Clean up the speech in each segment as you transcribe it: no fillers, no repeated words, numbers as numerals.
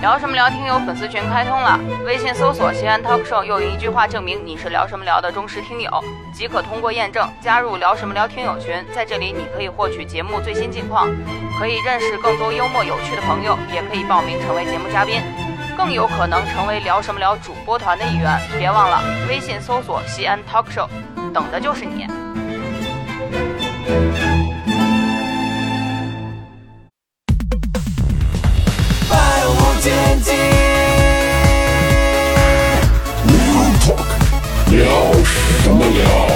聊什么聊听友粉丝群开通了，微信搜索西安 Talk Show， 又用一句话证明你是聊什么聊的忠实听友，即可通过验证加入聊什么聊听友群。在这里你可以获取节目最新近况，可以认识更多幽默有趣的朋友，也可以报名成为节目嘉宾，更有可能成为聊什么聊主播团的一员。别忘了微信搜索西安 Talk Show， 等的就是你。 百无禁忌， 聊什么聊？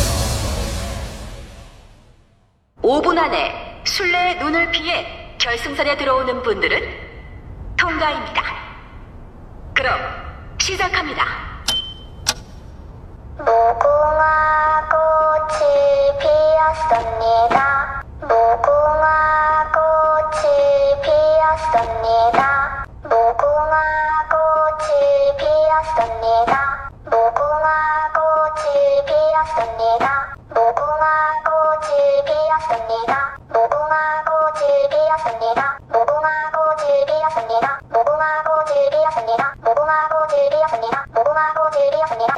5분 안에 술래의 눈을 피해 결승선에 들어오는 분들은 통과입니다. 그럼 시작합니다. 무궁화 꽃이 피었습니다. 무궁화 꽃이 피었습니다. 무궁화 꽃이 피었습니다. 무궁화 꽃이 피었습니다. 무궁화 꽃이 피었습니다. 무궁화 꽃이 피었습니다. 무궁화 꽃이 피었습니다. 무궁화 꽃이 피었습니다. 무궁화 꽃이 피었습니다. 무궁화 꽃이 피었습니다.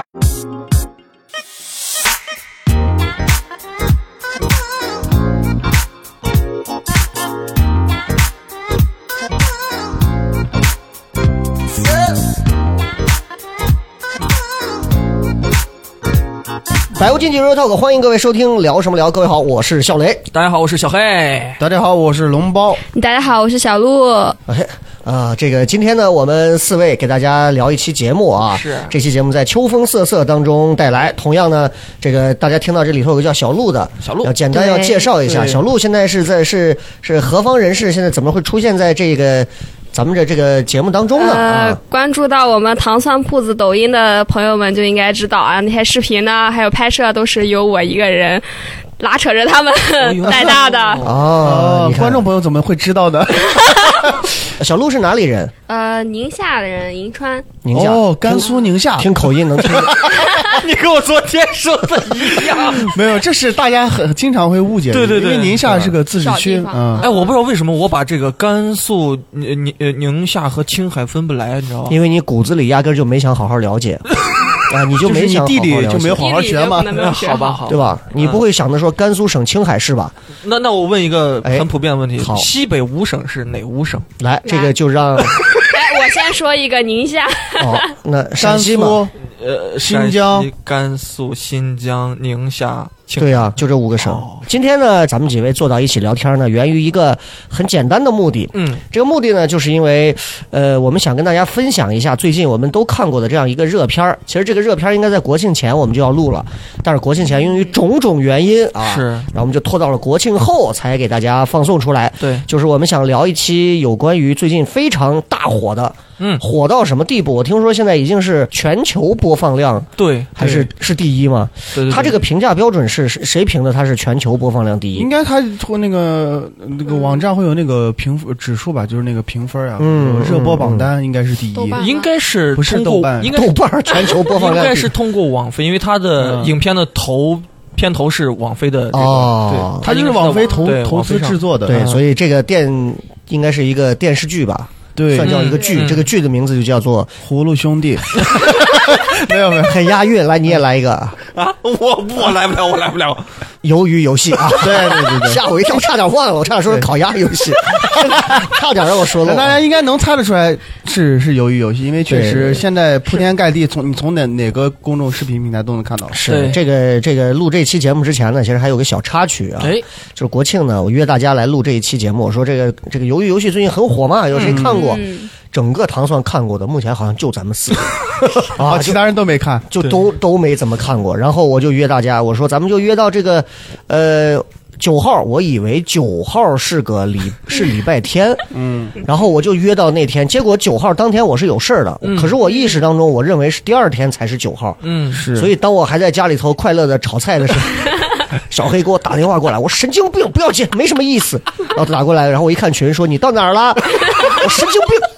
百无禁忌热 talk， 欢迎各位收听聊什么聊。各位好，我是笑雷。 大家好，我是小黑。 大家好，我是龙包。 大家好，我是小鹿。 这个今天呢，我们四位给大家聊一期节目啊。 是这期节目在秋风瑟瑟当中带来。同样呢，这个大家听到这里头有个叫小鹿的， 小鹿要简单要介绍一下。小鹿现在是何方人士？现在怎么会出现在这个咱们这个节目当中呢？ 关注到我们糖蒜铺子抖音的朋友们就应该知道啊，那些视频呢，还有拍摄都是由我一个人拉扯着他们带大的。 哦， 观众朋友怎么会知道的？ 小鹿是哪里人？ 宁夏的人，银川。 宁夏哦，甘肃宁夏。 听口音能听。 你跟我昨天说的一样。 没有，这是大家经常会误解的。 对， 因为宁夏是个自治区。 哎，我不知道为什么我把这个甘肃、宁夏和青海分不来，你知道吗？ 因为你骨子里压根就没想好好了解。啊，你就没想好好了解， 就是你地理就没有好好学吗？ 好吧，好， 对吧？你不会想着说甘肃省青海市吧？ 那我问一个很普遍的问题： 好， 西北五省是哪五省？ 来，这个就让。 我先说一个宁夏。 哦，那山西吗？ 新疆、 甘肃、新疆、宁夏。 对呀，就这5个省。今天呢，咱们几位坐到一起聊天呢，源于一个很简单的目的。这个目的呢，就是因为我们想跟大家分享一下最近我们都看过的这样一个热片。其实这个热片应该在国庆前我们就要录了，但是国庆前由于种种原因啊， 是， 然后我们就拖到了国庆后才给大家放送出来。 对， 就是我们想聊一期有关于最近非常大火的。火到什么地步？我听说现在已经是全球播放量， 对， 还是第一吗？ 对， 他这个评价标准是谁评的？他是全球播放量第一？ 应该他从那个网站会有那个评指数吧，就是那个评分啊，热播榜单应该是第一， 应该是不是豆瓣？ 应该豆瓣全球播放量应该是通过网飞，因为他的影片的片头是网飞的这个， 哦， 他就是网飞投资制作的， 对，所以这个应该是一个电视剧吧。 对， 算叫一个剧，这个剧的名字就叫做 《葫芦兄弟》。没有，很押韵。来，你也来一个啊！我来不了。 鱿鱼游戏啊！ 对， 吓我一跳，差点忘了，我差点说是烤鸭游戏，差点让我说了。 大家应该能猜得出来是鱿鱼游戏，因为确实现在铺天盖地，从哪个公众视频平台都能看到。 是这个录这期节目之前呢，其实还有个小插曲啊，就是国庆呢，我约大家来录这一期节目，我说这个鱿鱼游戏最近很火嘛，有谁看过？整个糖蒜看过的，目前好像就咱们4个啊，其他人都没看， 就都没怎么看过。然后我就约大家，我说咱们就约到这个9号，我以为9号是礼拜天，然后我就约到那天，结果9号当天我是有事儿的，可是我意识当中我认为是第2天才是9号， 是， 所以当我还在家里头快乐的炒菜的时候。小黑给我打电话过来，我神经病，不要接，没什么意思。然后他打过来，然后我一看群，说你到哪儿了？我神经病。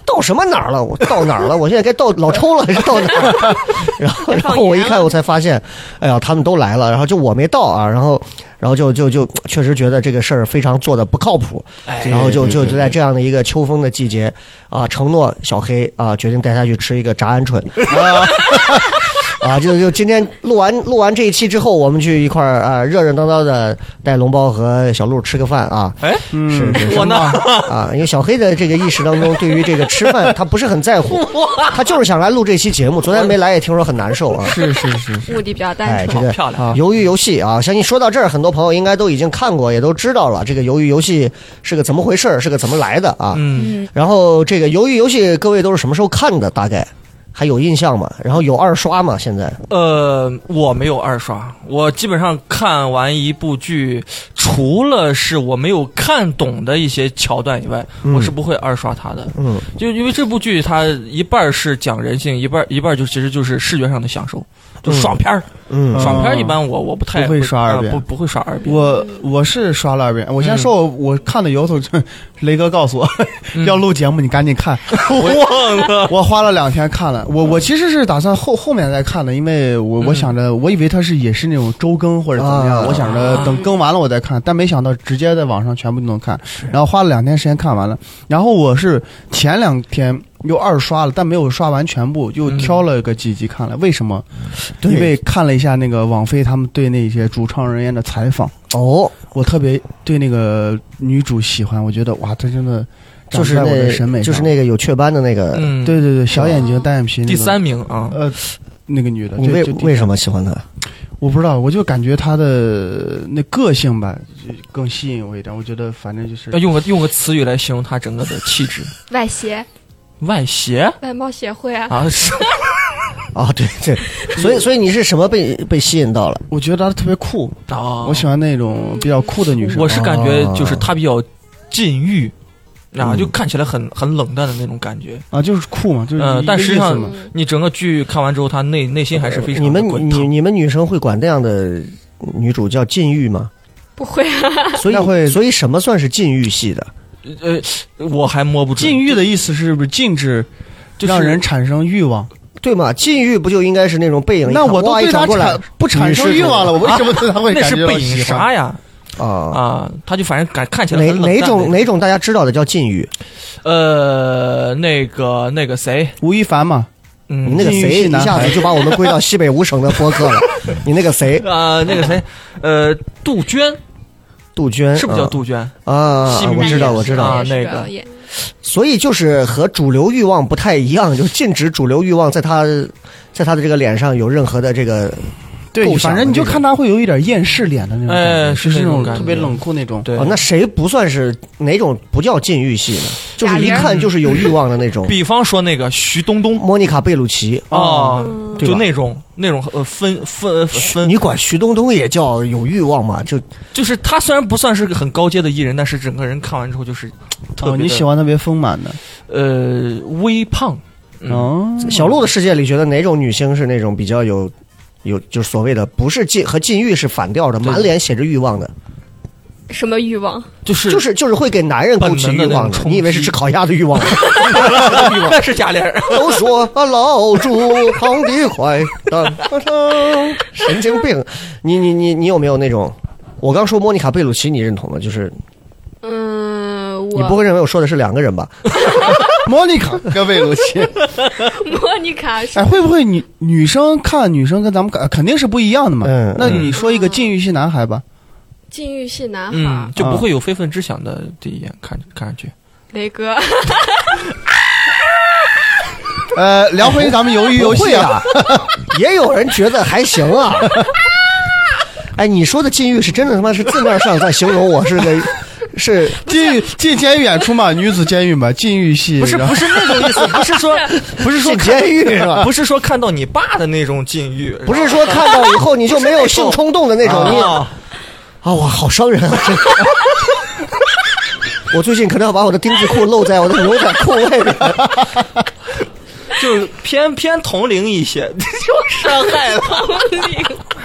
到什么哪儿了？我到哪儿了？我现在该到老抽了还是到哪儿？然后我一看，我才发现，哎呀，他们都来了，然后就我没到啊，然后就确实觉得这个事儿非常做的不靠谱，然后就在这样的一个秋风的季节啊，承诺小黑啊，决定带他去吃一个炸鹌鹑啊，就今天录完这一期之后，我们去一块儿啊，热热闹闹的带龙包和小鹿吃个饭啊。 哎， 是我呢啊，因为小黑的这个意识当中，对于这个吃饭他不是很在乎，他就是想来录这期节目。昨天没来也听说很难受啊。 是， 目的比较单哎， 纯。 这个漂亮鱿鱼游戏啊，相信说到这儿，很多朋友应该都已经看过，也都知道了这个鱿鱼游戏是个怎么回事，是个怎么来的啊。然后这个鱿鱼游戏，各位都是什么时候看的？大概？还有印象吗？然后有二刷吗？现在？ 我没有二刷，我基本上看完一部剧，除了是我没有看懂的一些桥段以外，我是不会二刷它的。就因为这部剧它一半是讲人性，一半就其实就是视觉上的享受，就爽片儿。爽片儿一般我不太不会刷二遍， 不会刷二遍。 我是刷了2遍。我先说我看的由头，雷哥告诉我要录节目，你赶紧看。 忘了， 我花了2天看了。我其实是打算后面再看的，因为我想着我以为它也是那种周更或者怎么样，我想着等更完了我再看，但没想到直接在网上全部都能看，然后花了2天时间看完了。然后我是前2天又二刷了，但没有刷完全部，又挑了个几集看了。为什么？因为看了一下那个网飞他们对那些主创人员的采访。我特别对那个女主喜欢，我觉得哇，她真的就是我的审美就是那个有雀斑的那个， 对，小眼睛单眼皮， 第3名啊， 那个女的， 你为什么喜欢她？ 我不知道，我就感觉她的那个性吧，更吸引我一点。我觉得反正就是要用个词语来形容她整个的气质。 外协，外貌协会啊是。 啊，对，所以你是什么被吸引到了？ 我觉得她特别酷我喜欢那种比较酷的女生。 我是感觉就是她比较禁欲啊，就看起来很冷淡的那种感觉啊，就是酷嘛，就是但实际上你整个剧看完之后，她内心还是非常的滚烫。 你们女生会管那样的女主叫禁欲吗？ 不会啊。 所以什么算是禁欲系的？ 我还摸不准。 禁欲的意思是不是禁止让人产生欲望？ 对嘛？禁欲不就应该是那种背影？ 那我都对他不产生欲望了，我为什么对他会感觉那是背影杀呀？他就反正看起来很哪种大家知道的叫禁欲？ 那个谁， 吴亦凡嘛。 你那个谁一下子就把我们归到西北五省的播客了。你那个谁那个谁杜鹃是不是叫杜鹃啊？我知道那个。 所以就是和主流欲望不太一样，就禁止主流欲望在他的这个脸上有任何的这个。 对，反正你就看他会有一点厌世脸的那种感觉， 是那种特别冷酷那种。 对， 那谁不算是哪种不叫禁欲系呢？就是一看就是有欲望的那种。 比方说那个徐冬冬、 莫妮卡贝鲁奇就那种分， 你管徐冬冬也叫有欲望嘛？ 就是他虽然不算是个很高阶的艺人，但是整个人看完之后就是特别你喜欢特别丰满的， 微胖。 小鹿的世界里，觉得哪种女星是那种比较有就是所谓的不是和禁欲是反调的，满脸写着欲望的？ 什么欲望？ 就是会给男人勾起欲望的。你以为是吃烤鸭的欲望？ 那是假脸。 都说老猪跑得快，神经病！你有没有那种？我刚说莫妮卡贝鲁奇，你认同吗？就是你不会认为我说的是2个人吧？ 莫妮卡跟贝鲁奇， 莫妮卡是会不会女生看女生跟咱们肯定是不一样的嘛？那你说一个禁欲系男孩吧？ 禁欲系男孩就不会有非分之想的第一眼看上去。 雷哥， 聊回咱们鱿鱼游戏啊， 也有人觉得还行啊。哎，你说的禁欲是真的他妈是字面上在形容我是进监狱演出嘛，女子监狱嘛，禁欲系不是那种意思，不是说监狱是吧？ 不是说看到你爸的那种禁欲， 不是说看到以后你就没有性冲动的那种。哇，好伤人啊！我最近可能要把我的丁字裤露在我的牛仔裤外面， 就偏同龄一些，就伤害了。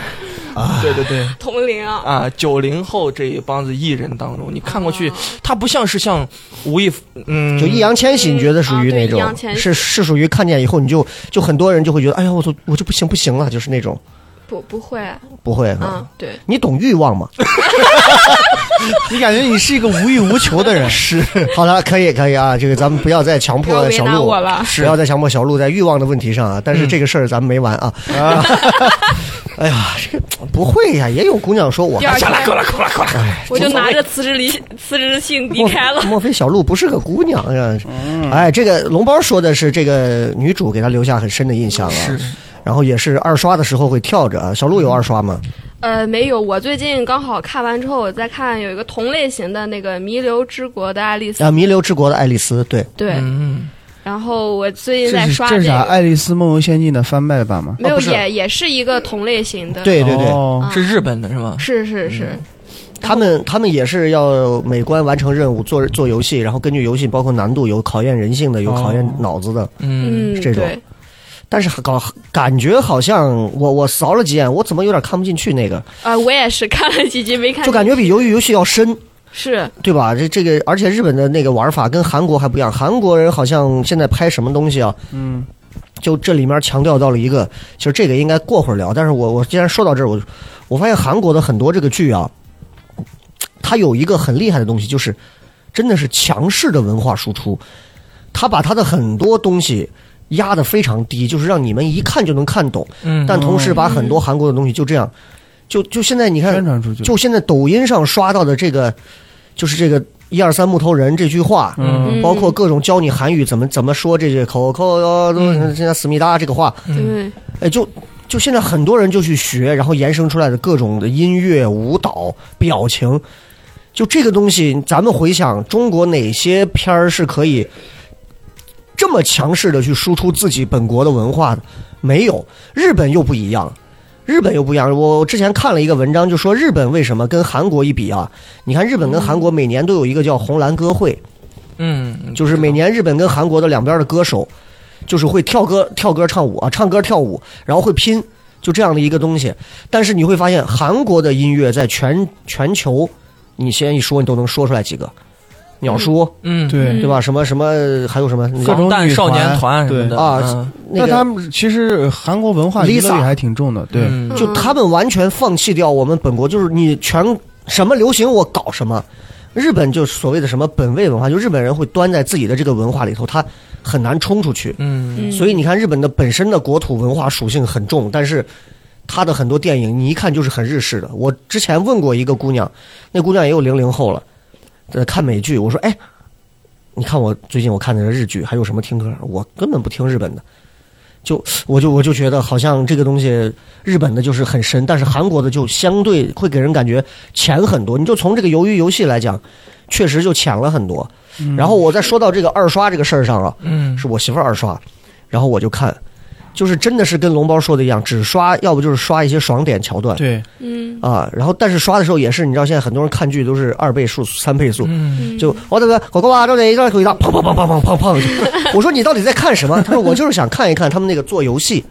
对对对， 同龄啊 ，90后这一帮子艺人当中，你看过去，他不像是像吴亦就易烊千玺，你觉得属于那种是属于看见以后你就很多人就会觉得，哎呀，我就不行了，就是那种。 不会， 对，你懂欲望吗？ 你感觉你是一个无欲无求的人。 是，好了，可以啊，这个咱们不要再强迫小鹿，不要再强迫小鹿在欲望的问题上啊。但是这个事儿咱们没完啊。哎呀，这个不会呀，也有姑娘说我下来，过来。 我就拿着辞职信离开了。 莫非小鹿不是个姑娘呀？哎，这个龙包说的是这个女主给他留下很深的印象啊。是。然后也是二刷的时候会跳着。小鹿有二刷吗？ 没有，我最近刚好看完之后，我在看有一个同类型的那个《弥留之国的爱丽丝》 弥留之国的爱丽丝，对。 然后我最近在刷这是啥？《爱丽丝梦游仙境》的翻拍版吗？ 没有，也是一个同类型的。 对， 是日本的是吗？ 是。 他们也是要每关完成任务，做游戏，然后根据游戏包括难度有考验人性的，有考验脑子的，是这种。但是感觉好像我扫了几眼，我怎么有点看不进去那个？ 我也是看了几集没看进去， 就感觉比鱿鱼游戏要深， 是对吧？这个，而且日本的那个玩法跟韩国还不一样，韩国人好像现在拍什么东西啊，就这里面强调到了一个，其实这个应该过会儿聊。但是我既然说到这儿，我发现韩国的很多这个剧啊，它有一个很厉害的东西，就是真的是强势的文化输出，它把它的很多东西压得非常低，就是让你们一看就能看懂。但同时把很多韩国的东西就这样，就现在你看，就现在抖音上刷到的这个，就是这个1、2、3木头人这句话，包括各种教你韩语怎么说这些口现在思密达这个话，就现在很多人就去学，然后延伸出来的各种的音乐、舞蹈、表情，就这个东西，咱们回想中国哪些片儿是可以这么强势的去输出自己本国的文化的？没有。日本又不一样。我之前看了一个文章，就说日本为什么跟韩国一比啊？你看日本跟韩国每年都有一个叫红蓝歌会，就是每年日本跟韩国的两边的歌手，就是会跳歌唱舞啊，唱歌跳舞，然后会拼，就这样的一个东西。但是你会发现，韩国的音乐在全球，你先一说，你都能说出来几个。鸟叔， 对吧？什么还有什么各种女少年团什么的啊？ 那他们其实韩国文化娱乐也还挺重的，对， 就他们完全放弃掉我们本国，就是你全什么流行我搞什么。日本就所谓的什么本位文化，就日本人会端在自己的这个文化里头，他很难冲出去。所以你看日本的本身的国土文化属性很重，但是他的很多电影你一看就是很日式的。我之前问过一个姑娘，那姑娘也有00后了。看美剧，我说哎，你看我最近我看的日剧，还有什么听歌？我根本不听日本的，我就觉得好像这个东西日本的就是很深，但是韩国的就相对会给人感觉浅很多。你就从这个鱿鱼游戏来讲，确实就浅了很多。然后我再说到这个二刷这个事儿上啊，是我媳妇儿二刷，然后我就看。就是真的是跟龙包说的一样，只刷，要不就是刷一些爽点桥段。 对， 然后但是刷的时候也是，你知道现在很多人看剧都是2倍速、3倍速，就我这个狗狗啊，这里一张回答，砰砰砰砰砰砰砰。我说你到底在看什么？他说我就是想看一看他们那个做游戏。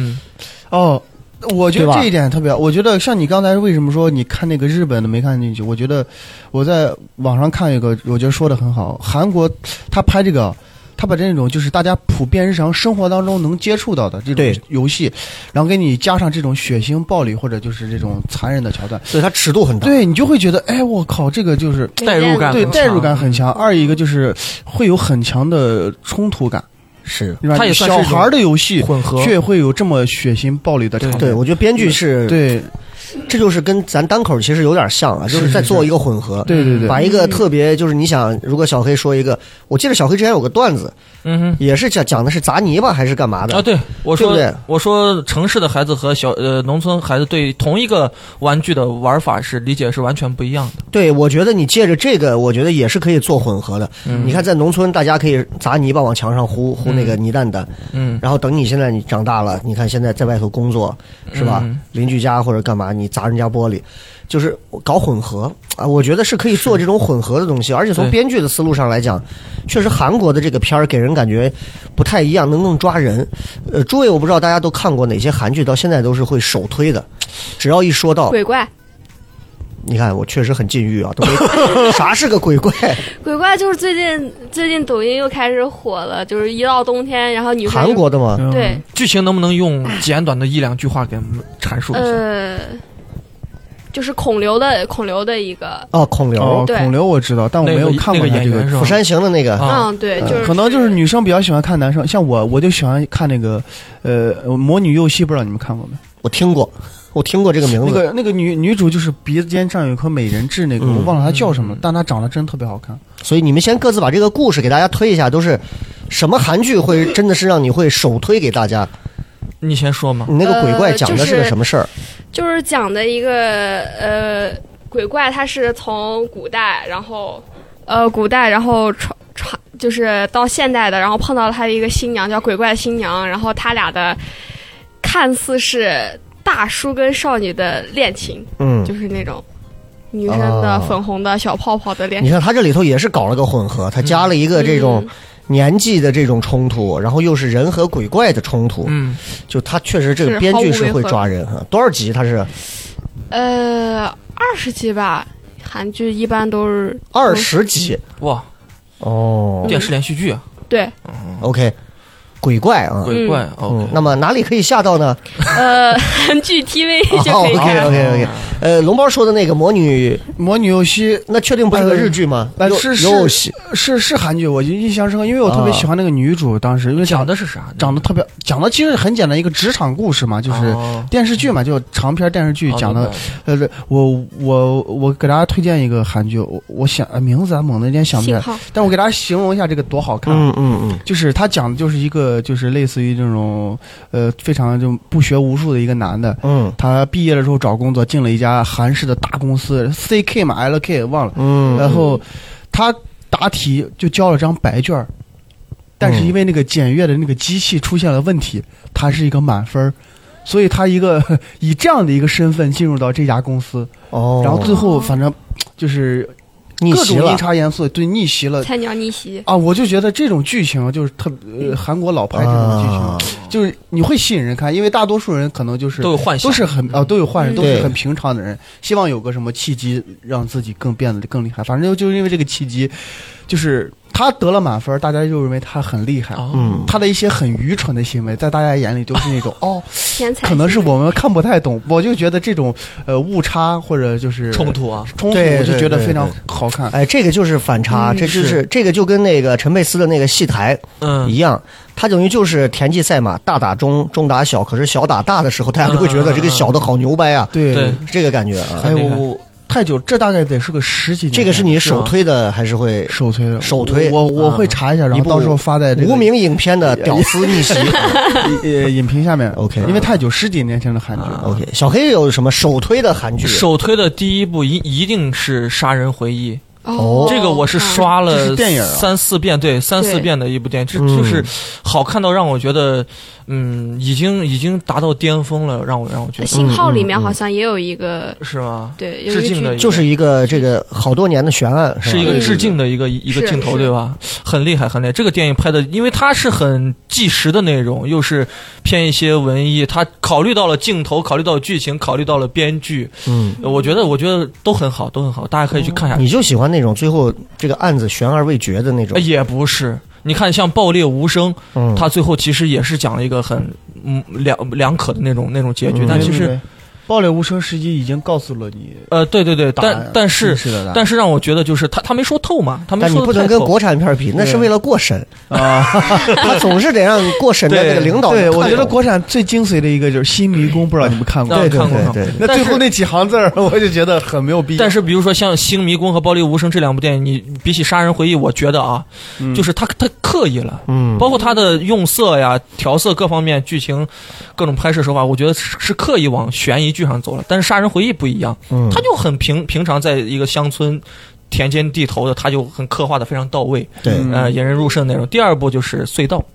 我觉得这一点特别，我觉得像你刚才为什么说你看那个日本的没看进去？我觉得我在网上看一个，我觉得说的很好，韩国他拍这个。他把这种就是大家普遍日常生活当中能接触到的这种游戏，然后给你加上这种血腥暴力或者就是这种残忍的桥段， 所以它尺度很大。 对，你就会觉得，哎，我靠，这个就是代入感， 对，代入感很强。二一个就是会有很强的冲突感。 是， 它也算是小孩的游戏混合， 却会有这么血腥暴力的场面。 对，我觉得编剧是对。 这就是跟咱单口其实有点像啊，就是在做一个混合， 对， 把一个特别就是你想，如果小黑说一个，我记得小黑之前有个段子，也是讲的是砸泥巴还是干嘛的啊？对，我说城市的孩子和农村孩子对同一个玩具的玩法是理解是完全不一样的。 对，我觉得你借着这个，我觉得也是可以做混合的。你看在农村，大家可以砸泥巴往墙上糊那个泥蛋蛋，然后等你现在你长大了，你看现在在外头工作是吧？邻居家或者干嘛？ 你砸人家玻璃，就是搞混合啊。我觉得是可以做这种混合的东西，而且从编剧的思路上来讲，确实韩国的这个片儿给人感觉不太一样，能更抓人。诸位我不知道大家都看过哪些韩剧，到现在都是会首推的，只要一说到鬼怪。 你看，我确实很禁欲啊，都没啥是个鬼怪。 鬼怪就是最近抖音又开始火了，就是一到冬天，然后女生韩国的吗？ 对， 剧情能不能用简短的一两句话给我们阐述一下？ 就是孔刘的一个孔刘， 对， 孔刘我知道，但我没有看过那个演员是吧？ 釜山行的那个， 对，就是可能就是女生比较喜欢看男生，像我就喜欢看那个魔女右希，不知道你们看过没？ 我听过这个名字。 那个女主就是鼻子尖上有一颗美人痣，那个我忘了她叫什么，但她长得真特别好看。 所以你们先各自把这个故事给大家推一下，都是什么韩剧会真的是让你会首推给大家？ 你先说嘛。 你那个鬼怪讲的是个什么事儿？ 就是讲的一个鬼怪，他是从古代，然后就是到现代的，然后碰到了他的一个新娘，叫鬼怪新娘，然后他俩的看似是大叔跟少女的恋情，就是那种女生的粉红的小泡泡的恋情。 你看他这里头也是搞了个混合，他加了一个这种年纪的这种冲突，然后又是人和鬼怪的冲突，就他确实这个编剧是会抓人哈。多少集他是 ？20集吧，韩剧一般都是 20集。 哇，电视连续剧啊。 对 ，OK。鬼怪啊， 鬼怪那么哪里可以下到呢？ 韩剧 TV 就可以看。 OK。龙包说的那个魔女右希， 那确定不是个日剧吗？ 是韩剧，我就印象深刻，因为我特别喜欢那个女主，当时因为讲的是啥？ 讲的其实很简单，一个职场故事嘛，就是电视剧嘛，就长篇电视剧讲的。我给大家推荐一个韩剧，我想名字猛的一点想不起来，但我给大家形容一下这个多好看。就是他讲的就是一个就是类似于这种非常就不学无术的一个男的，他毕业了之后找工作，进了一家韩式的大公司 CK 嘛 LK 忘了，然后他答题就交了张白卷，但是因为那个检阅的那个机器出现了问题，他是一个满分，所以他以这样的一个身份进入到这家公司，然后最后反正就是各种阴差阳错，对，逆袭了， 菜鸟逆袭啊！我就觉得这种剧情就是韩国老拍这种剧情，就是你会吸引人看，因为大多数人可能就是都有幻想， 都是很都有幻想，都是很平常的人，希望有个什么契机让自己变得更厉害。反正就是因为这个契机，就是他得了满分，大家就认为他很厉害。他的一些很愚蠢的行为，在大家眼里都是那种可能是我们看不太懂。我就觉得这种误差或者就是冲突， 我就觉得非常好看。 哎，这个就是反差，这个就跟那个陈佩斯的那个戏台一样，他等于就是田忌赛马，大打中，中打小，可是小打大的时候，大家就会觉得这个小的好牛掰啊。 对， 这个感觉啊。 还有太久，这大概得是个10几年。 这个是你首推的还是会首推的？ 首推， 我会查一下，然后到时候发在这个无名影片的屌丝逆袭影评下面。 OK， 因为太久10几年前的韩剧。 OK， 小黑有什么首推的韩剧？ 首推的第一部一定是《杀人回忆》。这个我是刷了3、4遍，对，3、4遍的一部电影，这就是好看到让我觉得，已经达到巅峰了，让我觉得。 信号里面好像也有一个， 是吗？ 对， 致敬的， 就是一个这个好多年的悬案， 是一个致敬的一个镜头，对吧？很厉害，很厉害。这个电影拍的，因为它是很纪实的内容，又是偏一些文艺，它考虑到了镜头，考虑到了剧情，考虑到了编剧，我觉得都很好，都很好，大家可以去看一下。 你就喜欢那种最后这个案子悬而未决的那种？ 也不是，你看像《爆裂无声》，他最后其实也是讲了一个很两可的那种结局，但其实。 爆裂无声实际已经告诉了你， 对，但是让我觉得就是他没说透嘛，他没说透。 但你不能跟国产片比，那是为了过审啊，他总是得让过审的那个领导。 对，我觉得国产最精髓的一个就是《新迷宫》，不知道你们看过？ 对， 那最后那几行字我就觉得很没有必要。 但是比如说像《新迷宫》和《爆裂无声》这两部电影，你比起《杀人回忆》，我觉得啊，就是他刻意了，包括他的用色呀、调色各方面、剧情、各种拍摄手法，我觉得是刻意往悬疑剧上走了。但是《杀人回忆》不一样，他就很平常，在一个乡村田间地头的，他就很刻画的非常到位， 对， 引人入胜那种。第二部就是《隧道》，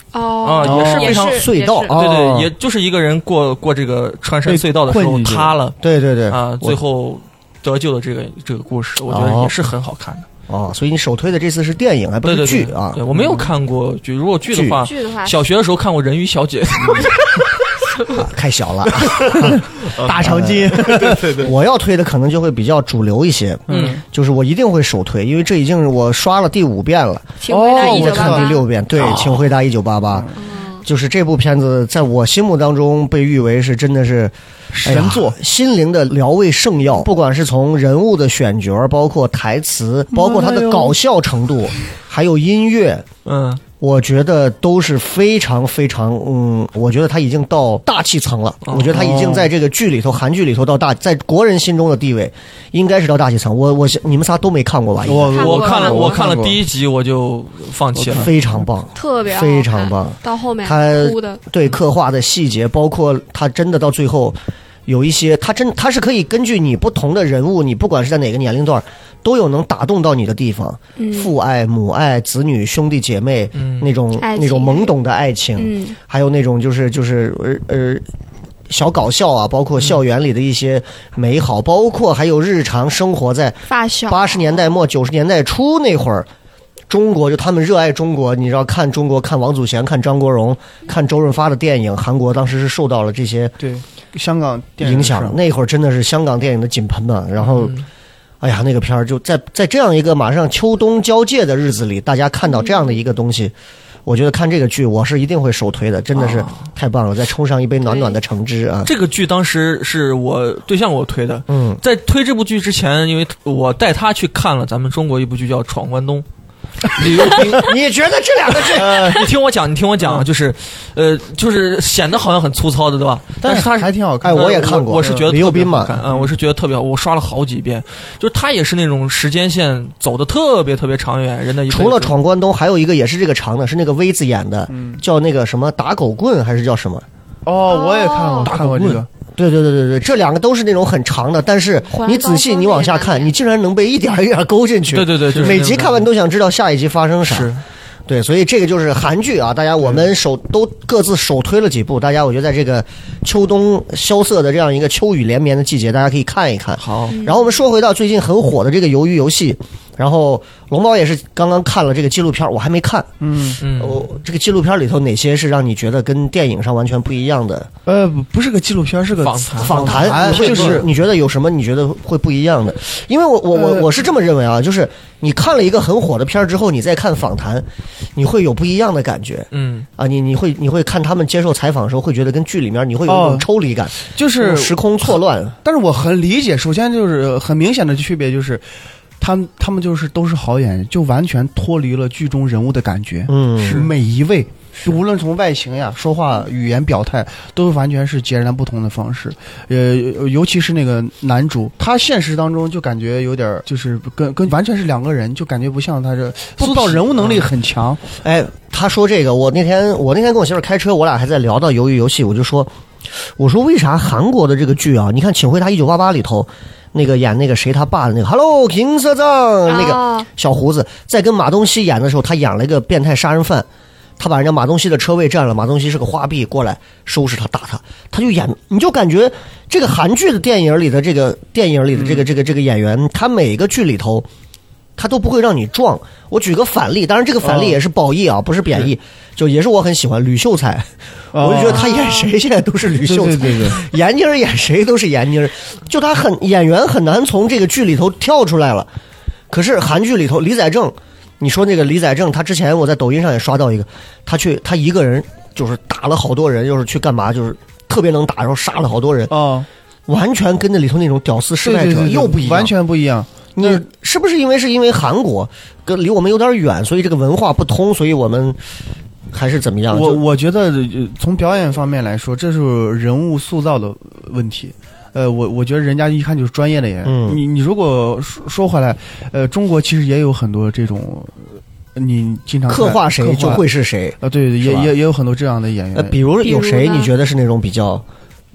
哦， 也是非常隧道， 对对，也就是一个人过这个穿山隧道的时候塌了， 对对对最后得救的这个故事，我觉得也是很好看的。 所以你首推的这次是电影，还不是剧啊？ 对，我没有看过剧，如果剧的话，小学的时候看过《人鱼小姐》。 太小了， 大长今。 对，我要推的可能就会比较主流一些，就是我一定会首推，因为这已经是我刷了第5遍了。我看第6遍，对，请回答1988。就是这部片子在我心目当中被誉为是真的是神作，心灵的疗胃圣药。不管是从人物的选角，包括台词，包括它的搞笑程度，还有音乐，我觉得都是非常非常，我觉得他已经到大气层了。我觉得他已经在这个剧里头，韩剧里头在国人心中的地位，应该是到大气层。你们仨都没看过吧？ 我看了第1集我就放弃了， 非常棒， 特别好非常棒。 到后面他哭的， 对刻画的细节，包括他真的到最后有一些，他是可以根据你不同的人物，你不管是在哪个年龄段，都有能打动到你的地方，父爱、母爱、子女、兄弟姐妹，那种懵懂的爱情，还有那种就是小搞笑啊，包括校园里的一些美好，包括还有日常生活在80年代末90年代初那会儿。中国就他们热爱中国，你知道看中国，看王祖贤，看张国荣，看周润发的电影。韩国当时是受到了这些对香港电影响，那会儿真的是香港电影的井喷嘛。然后，哎呀，那个片儿就在这样一个马上秋冬交界的日子里，大家看到这样的一个东西，我觉得看这个剧我是一定会首推的，真的是太棒了！再冲上一杯暖暖的橙汁啊！ 这个剧当时是我对象我推的，在推这部剧之前，因为我带他去看了咱们中国一部剧叫《闯关东》。 李幼斌，你觉得这两个剧？ 你听我讲，就是显得好像很粗糙的，对吧？ 但是它还挺好看。 我也看过， 我是觉得李幼斌嘛， 我是觉得特别好，我刷了好几遍。就是他也是那种时间线走的特别特别长远，人的一辈子。 除了闯关东，还有一个也是这个长的，是那个薇子演的，叫那个什么打狗棍还是叫什么？ 我也看过这个。 对，这两个都是那种很长的，但是你仔细你往下看，你竟然能被一点一点勾进去。 对， 每集看完都想知道下一集发生啥。对，所以这个就是韩剧啊，大家我们都各自首推了几部，大家我觉得在这个秋冬萧瑟的这样一个秋雨连绵的季节，大家可以看一看。 好， 然后我们说回到最近很火的这个鱿鱼游戏，然后龙猫也是刚刚看了这个纪录片，我还没看。这个纪录片里头哪些是让你觉得跟电影上完全不一样的？ 不是个纪录片，是个访谈，就是你觉得有什么你觉得会不一样的？因为我是这么认为啊，就是你看了一个很火的片之后，你再看访谈，你会有不一样的感觉。你会看他们接受采访的时候，会觉得跟剧里面你会有一种抽离感， 就是时空错乱。 但是我很理解，首先就是很明显的区别就是。他们就是都是好演员，就完全脱离了剧中人物的感觉。是每一位，就无论从外形呀、说话、语言表态，都完全是截然不同的方式。尤其是那个男主，他现实当中就感觉有点就是跟完全是两个人，就感觉不像他这塑造人物能力很强。 他说这个，我那天跟我媳妇开车，我俩还在聊到鱿鱼游戏，我说为啥韩国的这个剧啊？你看《请回答1988》里头。那个演那个谁他爸的那个 Hello King 社长那个小胡子，在跟马东锡演的时候，他演了一个变态杀人犯，他把人家马东锡的车位占了，马东锡是个花臂过来收拾他打他就演，你就感觉这个韩剧的电影里的这个演员，他每个剧里头他都不会让你撞。我举个反例，当然这个反例也是褒义啊，不是贬义，就也是我很喜欢吕秀才。我就觉得他演谁现在都是吕秀才，闫妮儿演谁都是闫妮儿，就他演员很难从这个剧里头跳出来了。可是韩剧里头李宰正，你说那个李宰正，他之前我在抖音上也刷到一个，他一个人就是打了好多人，又是去干嘛，就是特别能打，然后杀了好多人，完全跟那里头那种屌丝失败者又不一样， 完全不一样。 你是不是因为韩国跟离我们有点远，所以这个文化不通，所以我们还是怎么样？ 我觉得从表演方面来说，这是人物塑造的问题。我觉得人家一看就是专业的演员。你如果说回来，中国其实也有很多这种，你经常刻画谁就会是谁对，也有很多这样的演员。 比如有谁你觉得是那种比较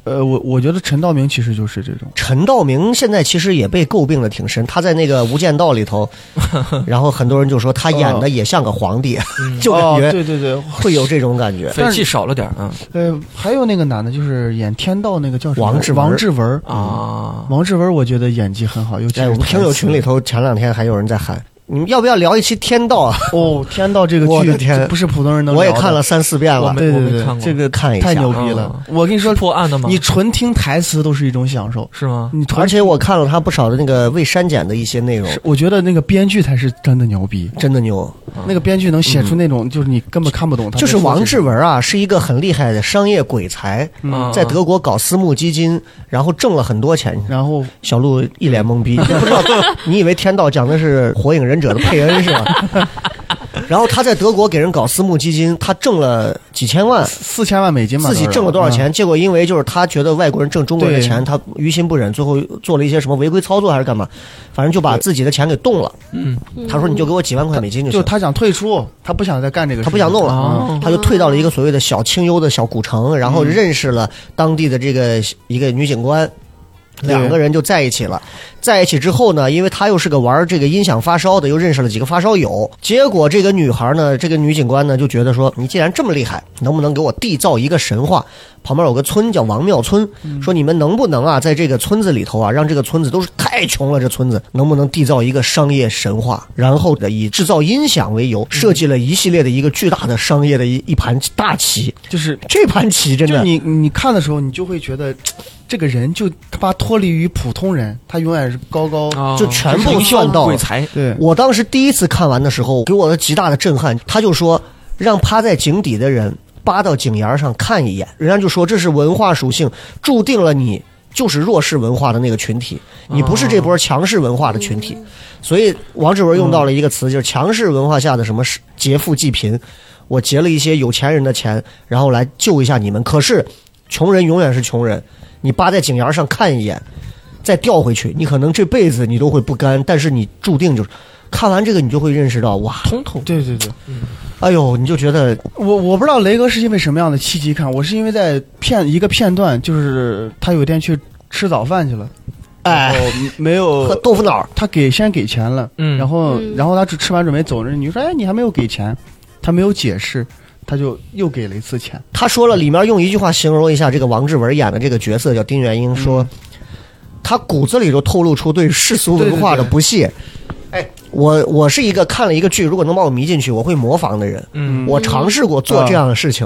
我觉得陈道明其实就是这种。 陈道明现在其实也被诟病的挺深，他在那个《无间道》里头，然后很多人就说他演的也像个皇帝，就感觉对， 会有这种感觉， 匪气少了点啊。 还有那个男的，就是演天道那个叫什么？ 王志文啊， 王志文，我觉得演技很好，尤其是我们听友群里头前2天还有人在喊。你们要不要聊一期天道啊？ 哦，天道这个剧， 我的天， 不是普通人能聊的。 我也看了3-4遍了。 对， 这个看一下， 太牛逼了！我跟你说， 破案的吗？ 你纯听台词都是一种享受， 是吗？ 而且我看了他不少的那个未删减的一些内容， 我觉得那个编剧才是真的牛逼， 真的牛。 那个编剧能写出那种，就是你根本看不懂他。 就是王志文啊，是一个很厉害的商业鬼才，在德国搞私募基金，然后挣了很多钱。 然后小鹿一脸懵逼，不知道你以为天道讲的是《火影忍者》的佩恩是吧？然后他在德国给人搞私募基金，他挣了几千万 ，4000万美金嘛， 自己挣了多少钱？结果因为就是他觉得外国人挣中国人的钱，他于心不忍，最后做了一些什么违规操作还是干嘛，反正就把自己的钱给动了。他说你就给我几万块美金就行。 就他想退出，他不想再干这个事， 他不想弄了，他就退到了一个所谓的小清幽的小古城，然后认识了当地的这个一个女警官。2个人就在一起了，在一起之后呢，因为他又是个玩这个音响发烧的，又认识了几个发烧友。结果这个女孩呢，这个女警官呢就觉得说，你既然这么厉害，能不能给我缔造一个神话？旁边有个村叫王庙村，说你们能不能啊，在这个村子里头啊，让这个村子都是太穷了，这村子能不能缔造一个商业神话？然后以制造音响为由，设计了一系列的一个巨大的商业的一盘大棋。 就是这盘棋真的， 就你看的时候，你就会觉得。这个人就他妈脱离于普通人，他永远是高就全部算到鬼才。 对， 我当时第一次看完的时候，给我的极大的震撼。他就说，让趴在井底的人扒到井沿上看一眼，人家就说这是文化属性，注定了你就是弱势文化的那个群体，你不是这波强势文化的群体。所以王志文用到了一个词，就是强势文化下的什么劫富济贫，我劫了一些有钱人的钱，然后来救一下你们。可是穷人永远是穷人。你扒在井沿上看一眼，再掉回去，你可能这辈子你都会不甘，但是你注定就是看完这个，你就会认识到哇， 通透。 对， 哎呦，你就觉得我不知道雷哥是因为什么样的契机看，我是因为在一个片段，就是他有一天去吃早饭去了， 哎， 没有喝豆腐脑， 他先给钱了，然后他吃完准备走，你说哎你还没有给钱，他没有解释。他就又给了一次钱。 他说了，里面用一句话形容一下这个王志文演的这个角色，叫丁元英，说他骨子里就透露出对世俗文化的不屑。哎，我是一个看了一个剧，如果能把我迷进去，我会模仿的人。我尝试过做这样的事情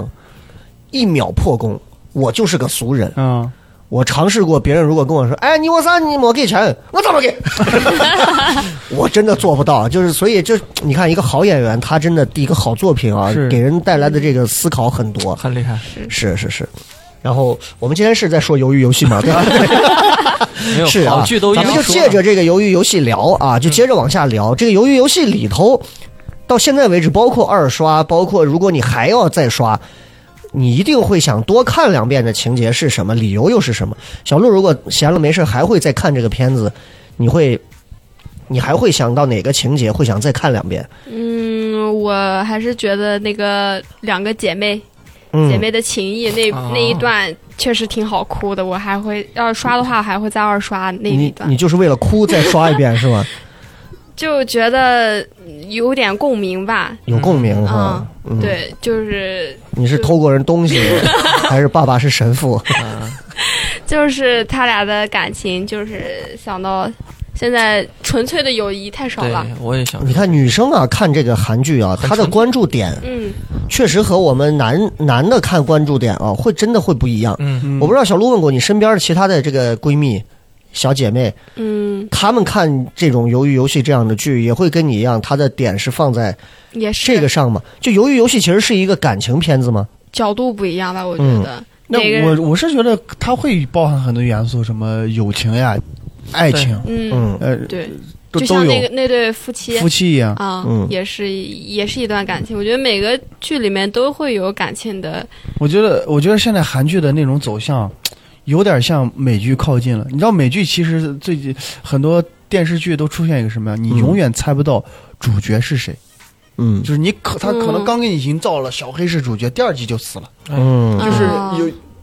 ，1秒破功，我就是个俗人。我尝试过，别人如果跟我说，哎，你我啥你没给钱，我怎么给？我真的做不到，就是所以就你看一个好演员，他真的一个好作品啊，给人带来的这个思考很多， 很厉害。 是。然后我们今天是在说鱿鱼游戏嘛，对吧？ 没有， 是啊，咱们就借着这个鱿鱼游戏聊啊，就接着往下聊。这个鱿鱼游戏里头，到现在为止，包括2刷，包括如果你还要再刷。你一定会想多看2遍的情节是什么，理由又是什么？小鹿如果闲了没事还会再看这个片子，你还会想到哪个情节会想再看2遍？ 我还是觉得那个2个姐妹的情谊那一段确实挺好哭的，我还会要刷的话还会再2刷那一段。 你就是为了哭再刷一遍是吗？ 就觉得有点共鸣吧， 有共鸣哈。 对，就是你是偷过人东西，还是爸爸是神父？ 就是他俩的感情，就是想到现在纯粹的友谊太少了。 对，我也想。 你看女生啊，看这个韩剧啊，她的关注点，确实和我们男的看关注点啊，真的会不一样。我不知道小鹿问过你身边的其他的这个闺蜜。小姐妹，她们看这种鱿鱼游戏这样的剧，也会跟你一样，她的点是放在这个上吗？就鱿鱼游戏其实是一个感情片子吗？ 角度不一样吧，我觉得。 那我是觉得它会包含很多元素，什么友情呀、爱情， 对，就像那对夫妻一样也是一段感情。我觉得每个剧里面都会有感情的。 我觉得现在韩剧的那种走向。有点向美剧靠近了，你知道美剧其实最近很多电视剧都出现一个什么样？你永远猜不到主角是谁。就是他可能刚给你营造了小黑是主角，第2集就死了。就是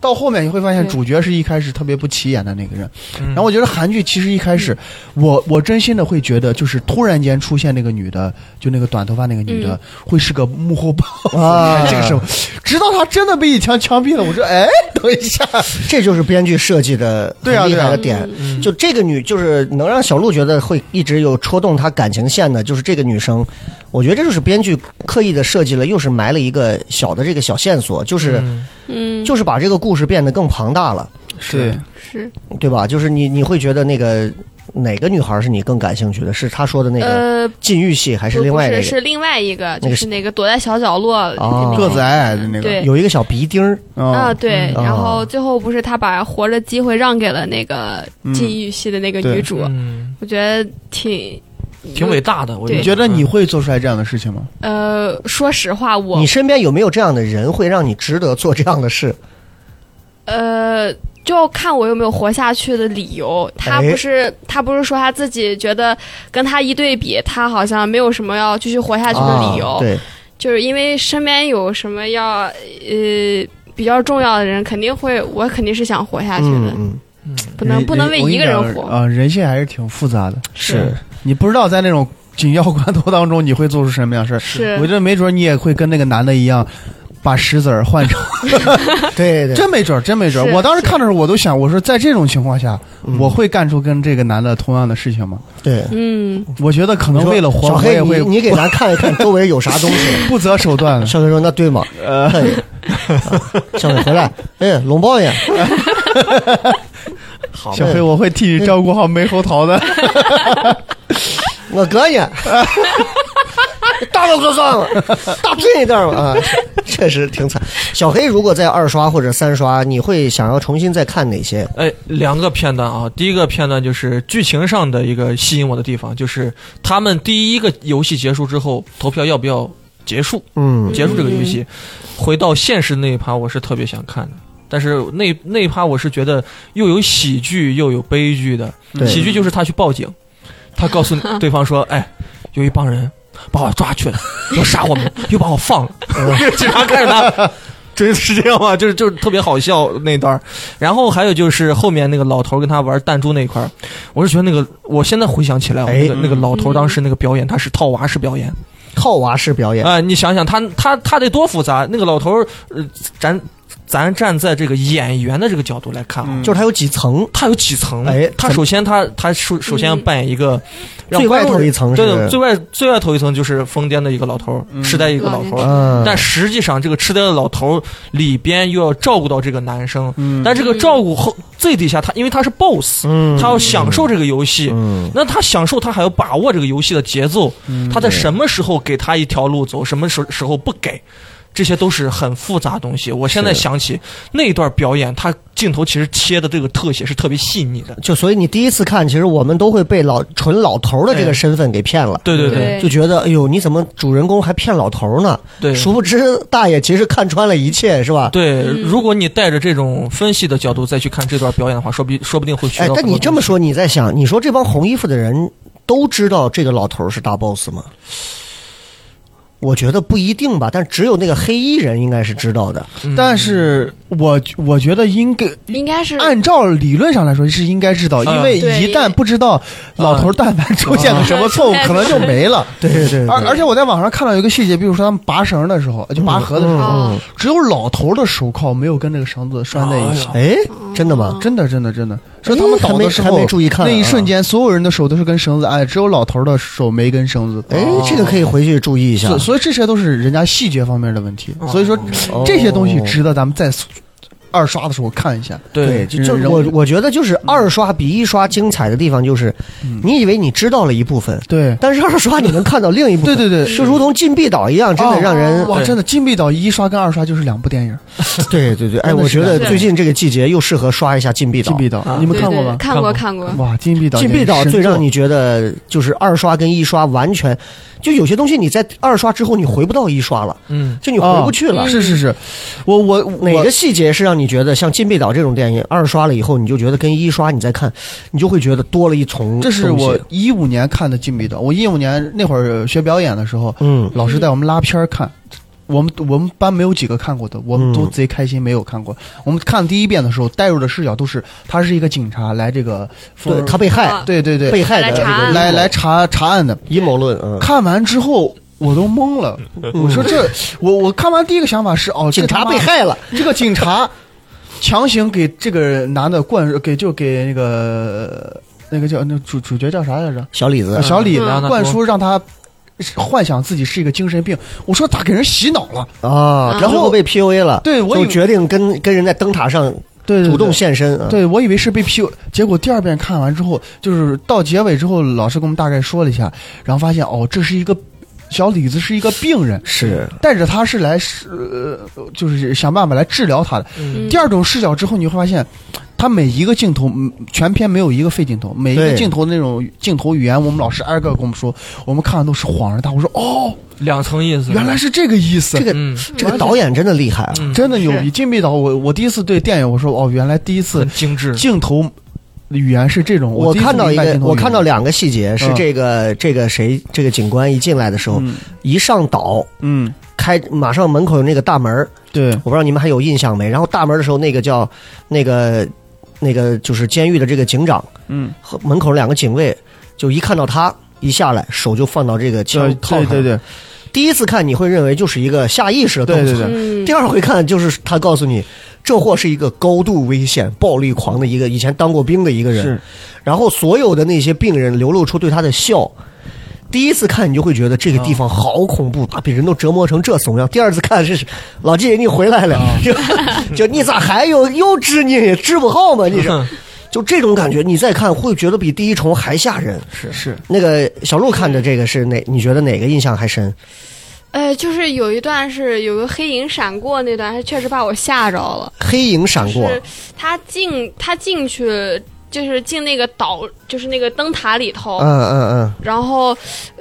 到后面你会发现主角是一开始特别不起眼的那个人。然后我觉得韩剧其实一开始，我真心的会觉得，就是突然间出现那个女的，就那个短头发那个女的，会是个幕后 boss 啊。这个时候，直到她真的被一枪枪毙了，我说，哎，等一下， 这就是编剧设计的很厉害的点。就这个女，就是能让小鹿觉得会一直有戳动她感情线的，就是这个女生。我觉得这就是编剧刻意的设计了，又是埋了一个小的这个小线索，就是就是把这个故事变得更庞大了。 是对吧？就是你会觉得那个哪个女孩是你更感兴趣的？是他说的那个禁欲系，还是另外那个？ 是另外一个，就是那个躲在小角落， 个子矮矮的那个， 对， 有一个小鼻钉啊，对。然后最后不是他把活着机会让给了那个禁欲系的那个女主，我觉得挺伟大的。 你觉得你会做出来这样的事情吗？ 说实话， 你身边有没有这样的人会让你值得做这样的事？ 就要看我有没有活下去的理由。他不是说他自己觉得跟他一对比，他好像没有什么要继续活下去的理由。 对， 就是因为身边有什么要比较重要的人，我肯定是想活下去的。不能为一个人活啊！人性还是挺复杂的。 是你不知道在那种紧要关头当中，你会做出什么样的事？ 是， 我觉得没准你也会跟那个男的一样。把石子儿换成对， 真没准。我当时看的时候，我都想，我说在这种情况下，我会干出跟这个男的同样的事情吗？ 对， 我觉得可能为了活， 小黑我也会。 你给咱看一看周围有啥东西， 不择手段。 小黑说：“那对吗？”小黑回来，龙包爷。 好，小黑，我会替你照顾好猕猴桃的。 我哥呢？大了可算了，大拼一点啊！确实挺惨。小黑如果在2刷或者3刷，你会想要重新再看哪些 ？2个片段啊。第一个片段就是剧情上的一个吸引我的地方，就是他们第一个游戏结束之后投票要不要结束，结束这个游戏，回到现实那一趴，我是特别想看的。但是那一趴我是觉得又有喜剧又有悲剧的。喜剧就是他去报警，他告诉对方说：“哎，有一帮人把我抓去了，要杀我们，又把我放了。”警察看着他，真是这样吗？就是特别好笑那段。然后还有就是后面那个老头跟他玩弹珠那一块，我是觉得那个，我现在回想起来，那个老头当时那个表演，他是套娃式表演。 套娃式表演你想想他得多复杂。那个老头咱站在这个演员的这个角度来看就是他有几层， 他首先首先要扮演一个最外头一层， 对，最外头一层就是疯癫的一个老头，痴呆一个老头。但实际上这个痴呆的老头里边又要照顾到这个男生，但这个照顾后最底下因为他是 boss，他要享受这个游戏，那他享受他还要把握这个游戏的节奏，他在什么时候给他一条路走，什么时候不给。这些都是很复杂的东西。我现在想起那一段表演，他镜头其实切的这个特写是特别细腻的。 就所以你第一次看，其实我们都会被纯老头的这个身份给骗了。 对， 就觉得哎呦，你怎么主人公还骗老头呢？ 对， 殊不知大爷其实看穿了一切，是吧？ 对，如果你带着这种分析的角度再去看这段表演的话，说不定会学到。 但你这么说，你在想，你说这帮红衣服的人都知道这个老头是大 boss 吗？我觉得不一定吧，但只有那个黑衣人应该是知道的。 但是我觉得应该是按照理论上来说是应该知道，因为一旦不知道老头但凡出现了什么错误，可能就没了。 对。 而且我在网上看到一个细节，比如说他们拔绳的时候，就拔河的时候，只有老头的手铐没有跟这个绳子拴在一起。 哎，真的吗？ 真的。说他们倒的时候还没注意看， 那一瞬间，所有人的手都是跟绳子只有老头的手没跟绳子。 哎，这个可以回去注意一下。 所以这些都是人家细节方面的问题。所以说这些东西值得咱们再2刷的时候看一下。 对，我觉得就是2刷比1刷精彩的地方就是，你以为你知道了一部分， 对， 但是2刷你能看到另一部分。 对， 就如同禁闭岛一样，真的让人哇，真的禁闭岛1刷跟2刷就是2部电影。 对，哎，我觉得最近这个季节又适合刷一下禁闭岛。 你们看过吗？ 看过。 哇，禁闭岛最让你觉得就是2刷跟1刷完全。就有些东西你在2刷之后你回不到1刷了，就你回不去了。 是，我哪个细节是让你觉得像禁闭岛这种电影2刷了以后，你就觉得跟1刷你再看，你就会觉得多了一重。 这是我15年看的禁闭岛。我15年那会儿学表演的时候，老师带我们拉片看。 我们班没有几个看过的，我们都贼开心没有看过。我们看第一遍的时候，带入的视角都是他是一个警察来这个， 对他被害， 对被害的来查案的阴谋论。 看完之后我都懵了，我说我看完第一个想法是警察被害了， 这个警察强行给这个男的给那个叫那主角叫啥来着？ 小李子， 小李灌输让他幻想自己是一个精神病。我说他给人洗脑了啊，然后被 PUA 了。 对，我就决定跟人在灯塔上主动现身。 对，我以为是被 PUA， 结果第二遍看完之后，就是到结尾之后，老师给我们大概说了一下，然后发现这是一个小李子是一个病人， 是带着他是来就是想办法来治疗他的。第二种视角之后，你会发现。他每一个镜头，全片没有一个废镜头，每一个镜头的那种镜头语言，我们老师挨个跟我们说，我们看的都是恍然大悟，说两层意思， 原来是这个意思。 这个导演真的厉害啊， 真的牛逼！金碧导，我第一次对电影我说原来第一次很精致镜头语言是这种。 我看到两个细节是这个警官一进来的时候，一上岛，马上门口有那个大门， 对， 我不知道你们还有印象没？然后大门的时候，那个叫那个就是监狱的这个警长，和门口两个警卫，就一看到他一下来，手就放到这个枪套上。 对。 第一次看你会认为就是一个下意识的动作， 对。 第二回看就是他告诉你，这货是一个高度危险、暴力狂的一个以前当过兵的一个人，然后所有的那些病人流露出对他的笑。第一次看你就会觉得这个地方好恐怖，把人都折磨成这怂样。第二次看是老季你回来了，就你咋还又治你治不好吗？你是就这种感觉，你再看会觉得比第一重还吓人。 是那个小鹿看的这个是你觉得哪个印象还深？ 就是有一段是有个黑影闪过那段，还确实把我吓着了。 黑影闪过， 就是他进去。就是进那个岛，就是那个灯塔里头，然后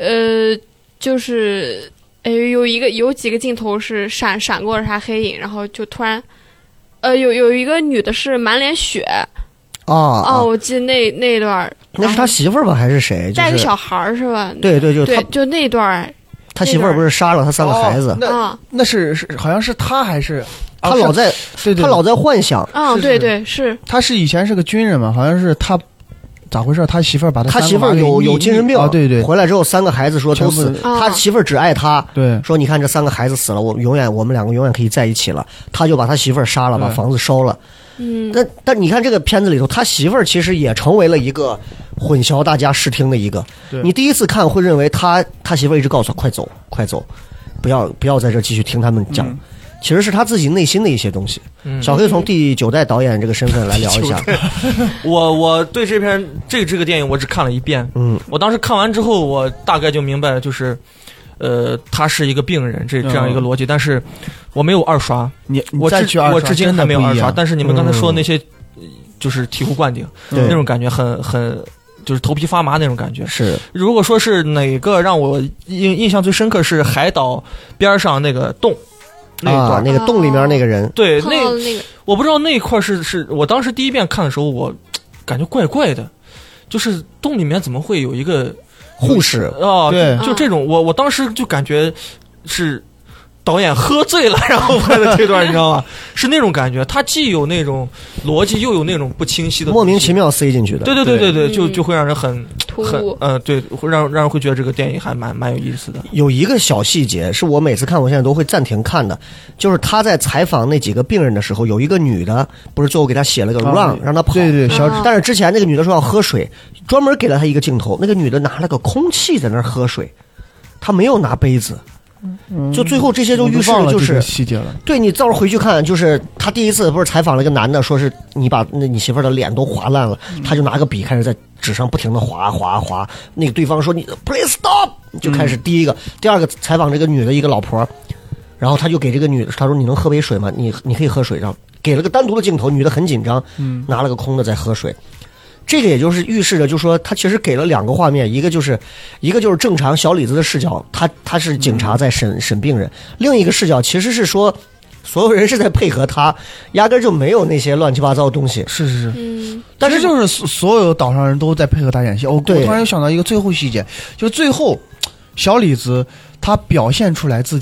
就是有几个镜头是闪过了他黑影，然后就突然，有一个女的是满脸血，我记得那段， 那是他媳妇儿吧还是谁？ 带个小孩是吧？ 对， 就那段， 他媳妇儿不是杀了他3个孩子？ 那是好像是他还是？ 他老在幻想对，是他是以前是个军人嘛，好像是他咋回事？他媳妇儿把他媳妇儿有精神病对， 回来之后3个孩子说都死，他媳妇儿只爱他， 对， 说你看这3个孩子死了，我们两个永远可以在一起了，他就把他媳妇儿杀了，把房子烧了。但你看这个片子里头，他媳妇儿其实也成为了一个混淆大家视听的一个。你第一次看会认为他媳妇儿一直告诉他快走，不要在这继续听他们讲。其实是他自己内心的一些东西。小黑从第9代导演这个身份来聊一下。 我对这个电影我只看了一遍。我当时看完之后，我大概就明白了，就是他是一个病人这样一个逻辑，但是我没有二刷。我至今还没有二刷。但是你们刚才说的那些，就是醍醐灌顶那种感觉，很就是头皮发麻那种感觉。 是， 如果说是哪个让我印象最深刻，是海岛边上那个洞。 那个洞里面那个人， 对，那个我不知道那一块是我当时第一遍看的时候，我感觉怪怪的，就是洞里面怎么会有一个护士对， 就这种，我当时就感觉是导演喝醉了然后拍的这段，你知道吗？是那种感觉，他既有那种逻辑，又有那种不清晰的， 莫名其妙塞进去的。 对，就会让人很突兀。 对，会让人会觉得这个电影还蛮有意思的。 有一个小细节是我每次看，我现在都会暂停看的，就是他在采访那几个病人的时候，有一个女的不是最后给他写了个 run，让他跑。 对， 但是之前那个女的说要喝水，专门给了他一个镜头，那个女的拿了个空气在那儿喝水，她没有拿杯子。就最后这些就预示了，就是细节了。 对，你到时候回去看，就是他第一次不是采访了一个男的，说是你把你媳妇儿的脸都划烂了，他就拿个笔开始在纸上不停的划。那个对方说你 please stop， 就开始第一个，第二个采访这个女的一个老婆，然后他就给这个女的，他说你能喝杯水吗？你可以喝水，然后给了个单独的镜头，女的很紧张，拿了个空的在喝水。这个也就是预示着，就说他其实给了2个画面，一个就是正常小李子的视角，他是警察在审病人，另一个视角其实是说所有人是在配合他，压根就没有那些乱七八糟的东西。 是，但是就是所有岛上人都在配合他演戏。我突然又想到一个最后细节，就是最后小李子他表现出来自己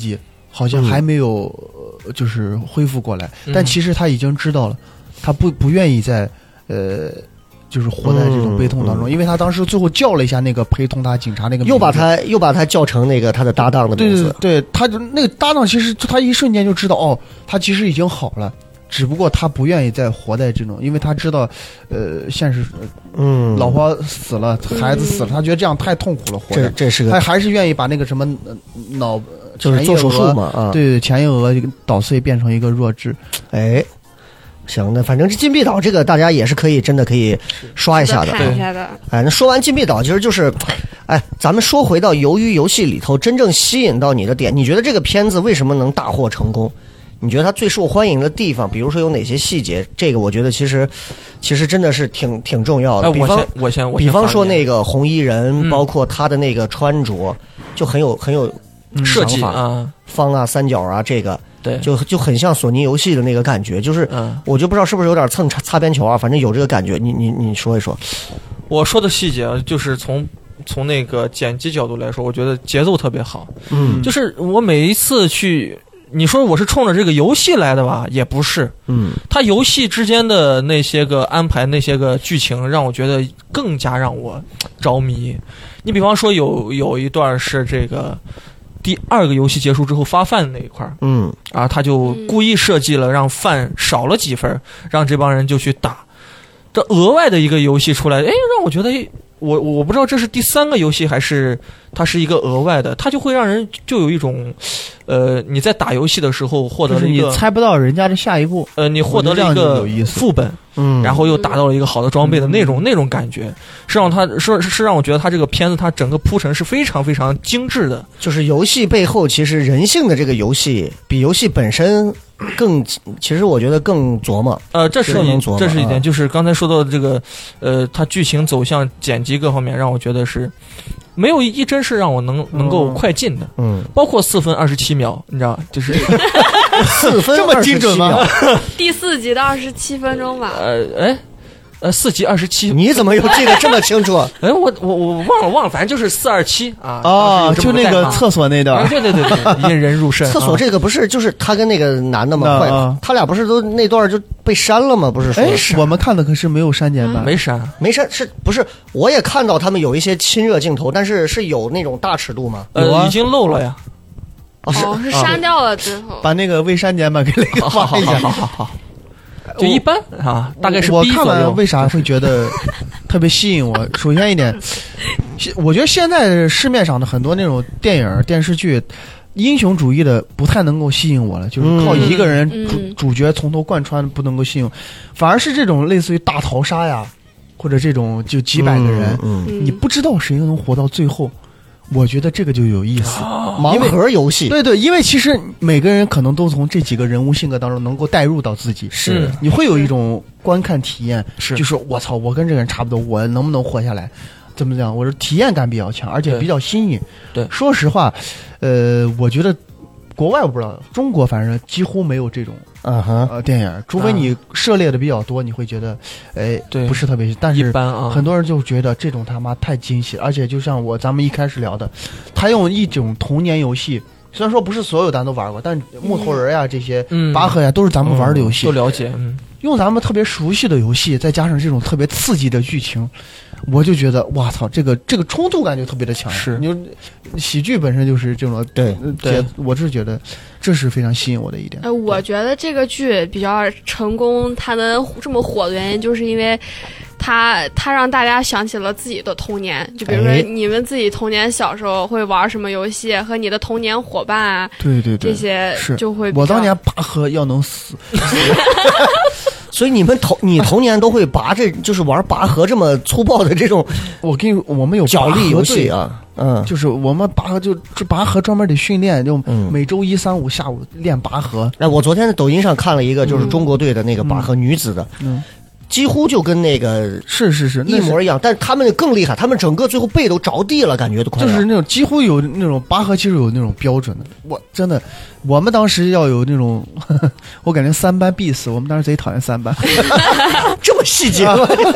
好像还没有就是恢复过来，但其实他已经知道了，他不愿意再就是活在这种悲痛当中，因为他当时最后叫了一下那个陪同他警察那个名字， 又把他叫成那个他的搭档的名字。 对，他就那个搭档，其实他一瞬间就知道，哦，他其实已经好了，只不过他不愿意再活在这种，因为他知道，现实，老婆死了，孩子死了，他觉得这样太痛苦了，活着。 这是个， 他还是愿意把那个什么脑就是做手术嘛啊， 对，前叶额捣碎变成一个弱智， 哎。行，那反正这禁闭岛这个大家也是真的可以刷一下的。 看一下的。 哎，那说完禁闭岛，其实就是，哎，咱们说回到鱿鱼游戏里头真正吸引到你的点，你觉得这个片子为什么能大获成功？你觉得它最受欢迎的地方，比如说有哪些细节？这个我觉得其实真的是挺重要的。 哎， 比方说那个红衣人，包括他的那个穿着，就很有设计啊，方啊、三角啊，这个。 对， 就很像索尼游戏的那个感觉，就是我就不知道是不是有点蹭擦边球啊，反正有这个感觉。你说一说。 我说的细节就是从那个剪辑角度来说，我觉得节奏特别好。就是我每一次去，你说我是冲着这个游戏来的吧，也不是。它游戏之间的那些个安排，那些个剧情，让我觉得更加让我着迷。你比方说有一段是这个。第2个游戏结束之后发饭那一块他就故意设计了让饭少了几分，让这帮人就去打。这额外的一个游戏出来，让我觉得我不知道这是第3个游戏还是它是一个额外的，它就会让人就有一种你在打游戏的时候获得了一个你猜不到人家的下一步， 你获得了一个副本，然后又达到了一个好的装备的那种感觉，是让我觉得它这个片子它整个铺陈是非常非常精致的。 就是游戏背后其实人性的这个游戏比游戏本身其实我觉得更琢磨。 这是一点，就是刚才说到的这个它剧情走向、剪辑各方面，让我觉得是没有一帧是让我能够快进的。包括4分27秒，你知道，就是 4分这么精准吗？ 第4集的27分钟吧。 4集27， 你怎么又记得这么清楚？ 哎，我忘了，反正就是427啊。 哦，就那个厕所那段。 对，引人入胜。 厕所这个不是就是他跟那个男的吗？他俩不是都那段就被删了吗？不是说？ 哎，我们看的可是没有删减版， 没删， 是不是？我也看到他们有一些亲热镜头，但是有那种大尺度吗？ 已经漏了呀。 是删掉了之后， 把那个未删减版给那个放一下。 好。就一般啊，大概是我看完为啥会觉得特别吸引我？首先一点，我觉得现在市面上的很多那种电影、电视剧，英雄主义的不太能够吸引我了，就是靠一个人主角从头贯穿不能够吸引，反而是这种类似于大逃杀呀，或者这种就几百个人，你不知道谁能活到最后。我觉得这个就有意思， 盲盒游戏。 对，因为其实每个人可能都从这几个人物性格当中能够带入到自己， 是你会有一种观看体验， 是就是我操，我跟这个人差不多，我能不能活下来？怎么讲？我说体验感比较强，而且比较新颖。 对， 说实话，我觉得国外我不知道，中国反正几乎没有这种电影，除非你涉猎的比较多，你会觉得对， 不是特别，但是一般啊， 很多人就觉得这种他妈太惊喜了，而且就像咱们一开始聊的，他用一种童年游戏，虽然说不是所有咱都玩过，但木头人呀这些拔河呀都是咱们玩的游戏， 都了解， 用咱们特别熟悉的游戏，再加上这种特别刺激的剧情，我就觉得哇操，这个冲突感就特别的强。 是， 你喜剧本身就是这种对， 我是觉得这是非常吸引我的一点。 我觉得这个剧比较成功，它能这么火的原因，就是因为它让大家想起了自己的童年，就比如说你们自己童年小时候会玩什么游戏，和你的童年伙伴啊， 对， 这些就会。 我当年拔河要能死。 所以你童年都会就是玩拔河这么粗暴的这种， 我们有角力游戏啊， 就是我们拔河就拔河专门得训练，就每周1、3、5下午练拔河。 哎，我昨天在抖音上看了一个，就是中国队的那个拔河女子的，几乎就跟那个是一模一样，但是他们更厉害，他们整个最后背都着地了，感觉都快就是那种几乎有那种拔河，其实有那种标准的。真的，我们当时要有那种，我感觉3班必死，我们当时贼讨厌3班， 这么细节吗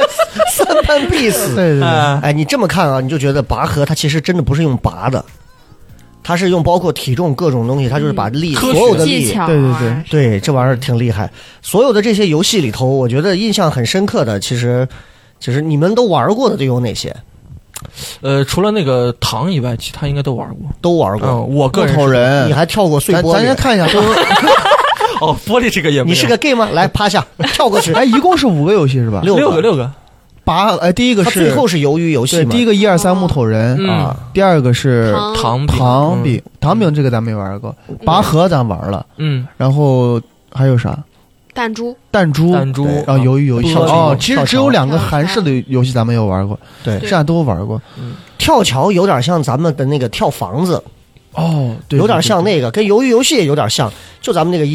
？3班必死， 对， 哎，你这么看啊，你就觉得拔河它其实真的不是用拔的。 它是用包括体重各种东西，它就是把力所有的力，对，这玩意儿挺厉害。所有的这些游戏里头，我觉得印象很深刻的，其实你们都玩过的都有哪些？ 除了那个糖以外，其他应该都玩过。 都玩过。 我个人木头人， 你还跳过碎玻璃？ 咱先看一下都。 哦，玻璃这个也没有。 你是个 gay 吗？来趴下，跳过去。 哎，一共是5个游戏是吧 ？6个。 第一个是最后是鱿鱼游戏嘛？ 第一个1、2、3木头人啊，第二个是糖饼，这个咱没玩过。拔河咱玩了，然后还有啥？ 弹珠， 然后鱿鱼游戏其实只有2个韩式的游戏咱没有玩过， 对， 剩下都玩过。 跳桥有点像咱们的那个跳房子。 对， 有点像那个，跟鱿鱼游戏也有点像，就咱们那个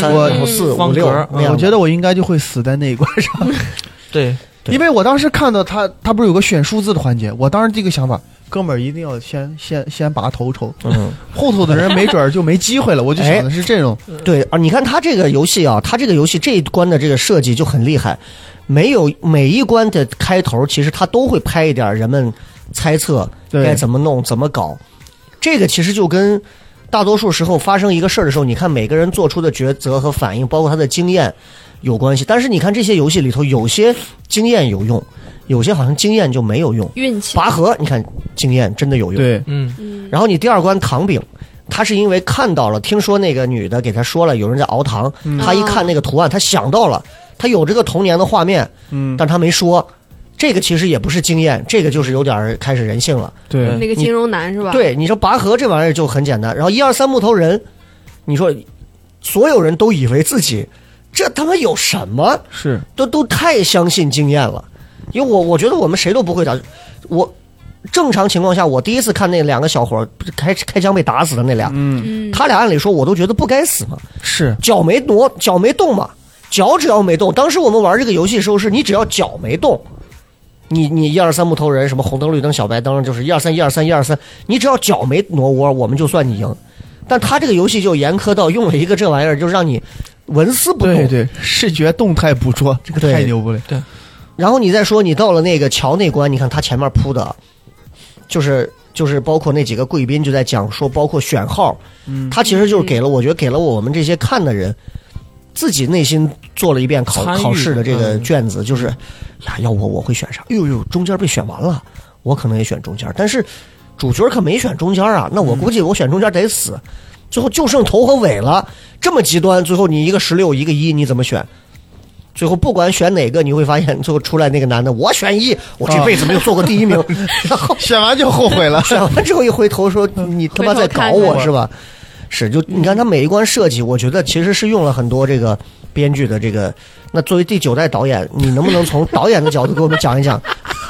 1、2、3、4、5、6， 我觉得我应该就会死在那一关上。 对， 因为我当时看到他不是有个选数字的环节，我当时第一个想法，哥们儿一定要先拔头筹，后头的人没准就没机会了。我就想的是这种。 对啊，你看他这个游戏啊，他这个游戏这一关的这个设计就很厉害，每一关的开头，其实他都会拍一点人们猜测该怎么弄怎么搞。这个其实就跟大多数时候发生一个事儿的时候，你看每个人做出的抉择和反应，包括他的经验有关系。但是你看这些游戏里头，有些经验有用，有些好像经验就没有用。 运气。 拔河，你看经验真的有用。 对， 然后你第2关糖饼，他是因为看到了，听说那个女的给他说了有人在熬糖，他一看那个图案，他想到了，他有这个童年的画面，但他没说。这个其实也不是经验，这个就是有点开始人性了。 对， 那个金融男是吧？ 对，你说拔河这玩意儿就很简单。然后1、2、3木头人，你说所有人都以为自己这他妈有什么？ 是都太相信经验了。因为我觉得我们谁都不会打。我正常情况下，我第一次看那2个小伙开枪被打死的那俩，他俩按理说我都觉得不该死嘛， 是脚没动嘛，脚只要没动。当时我们玩这个游戏的时候，是你只要脚没动。你1、2、3木头人，什么红灯绿灯小白灯，就是1、2、3、1、2、3、1、2、3，你只要脚没挪窝，我们就算你赢。但他这个游戏就严苛到用了一个这玩意儿，就让你纹丝不动。 对，视觉动态捕捉，这个太牛不了。 对。 然后你再说，你到了那个桥那关，你看他前面铺的，就是包括那几个贵宾就在讲说，包括选号，他其实就是我觉得给了我们这些看的人。自己内心做了一遍考试的这个卷子，就是呀，要我会选啥？呦，中间被选完了，我可能也选中间，但是主角可没选中间啊，那我估计我选中间得死，最后就剩头和尾了，这么极端，最后你一个16，一个1，你怎么选？最后不管选哪个，你会发现最后出来那个男的，我选1，我这辈子没有做过第1名，然后选完就后悔了， 选完之后一回头说你他妈在搞我是吧？是，就你看他每一关设计，我觉得其实是用了很多这个编剧的这个。那作为第9代导演，你能不能从导演的角度给我们讲一讲？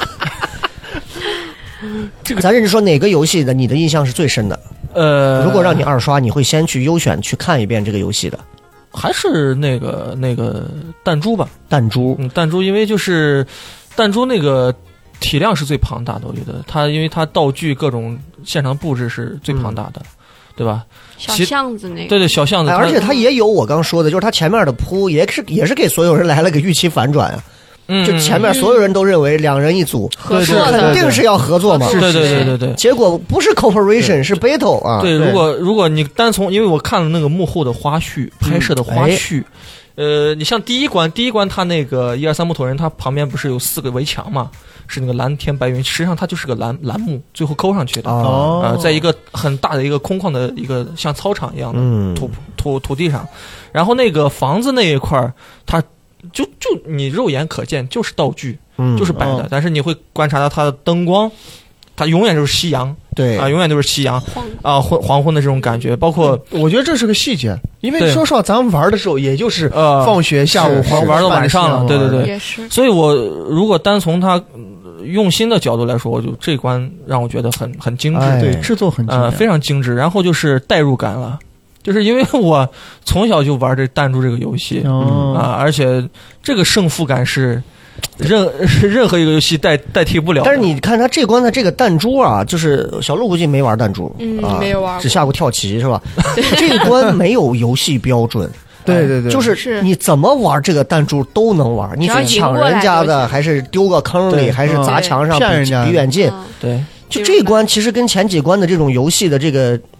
这个咱认真说，哪个游戏的你的印象是最深的？如果让你2刷，你会先去优选去看一遍这个游戏的？ 还是那个弹珠吧？弹珠，因为就是弹珠那个体量是最庞大的，我觉得它因为它道具各种现场布置是最庞大的。对吧？ 小巷子那个， 对，小巷子， 而且它也有我刚说的，就是它前面的铺也是给所有人来了个预期反转啊。就前面所有人都认为2人一组， 合作肯定是要合作嘛。 对。 结果不是 cooperation， 是 battle 啊。 对，如果你单从，因为我看了那个幕后的花絮，拍摄的花絮。你像第一关他那个1、2、3木头人，他旁边不是有4个围墙嘛？是那个蓝天白云，实际上它就是个栏目，最后勾上去的。在一个很大的一个空旷的一个像操场一样的土地上，然后那个房子那一块，它就你肉眼可见就是道具，就是摆的，但是你会观察到它的灯光。它永远就是夕阳， 对啊，永远都是夕阳啊，黄昏的这种感觉，包括我觉得这是个细节，因为说实话，咱们玩的时候也就是放学下午玩到晚上了，对， 也是。 所以我如果单从它用心的角度来说，我就这一关让我觉得很精致， 对，制作很精致， 非常精致。然后就是代入感了，就是因为我从小就玩这弹珠这个游戏而且这个胜负感是。任何一个游戏代替不了。 但是你看他这关的这个弹珠啊，就是小鹿估计没玩弹珠， 没有玩， 只下过跳棋是吧？这一关没有游戏标准。 对， 就是你怎么玩这个弹珠都能玩，你是抢人家的，还是丢个坑里，还是砸墙上比远近？ 对， 就这一关其实跟前几关的这种游戏的这个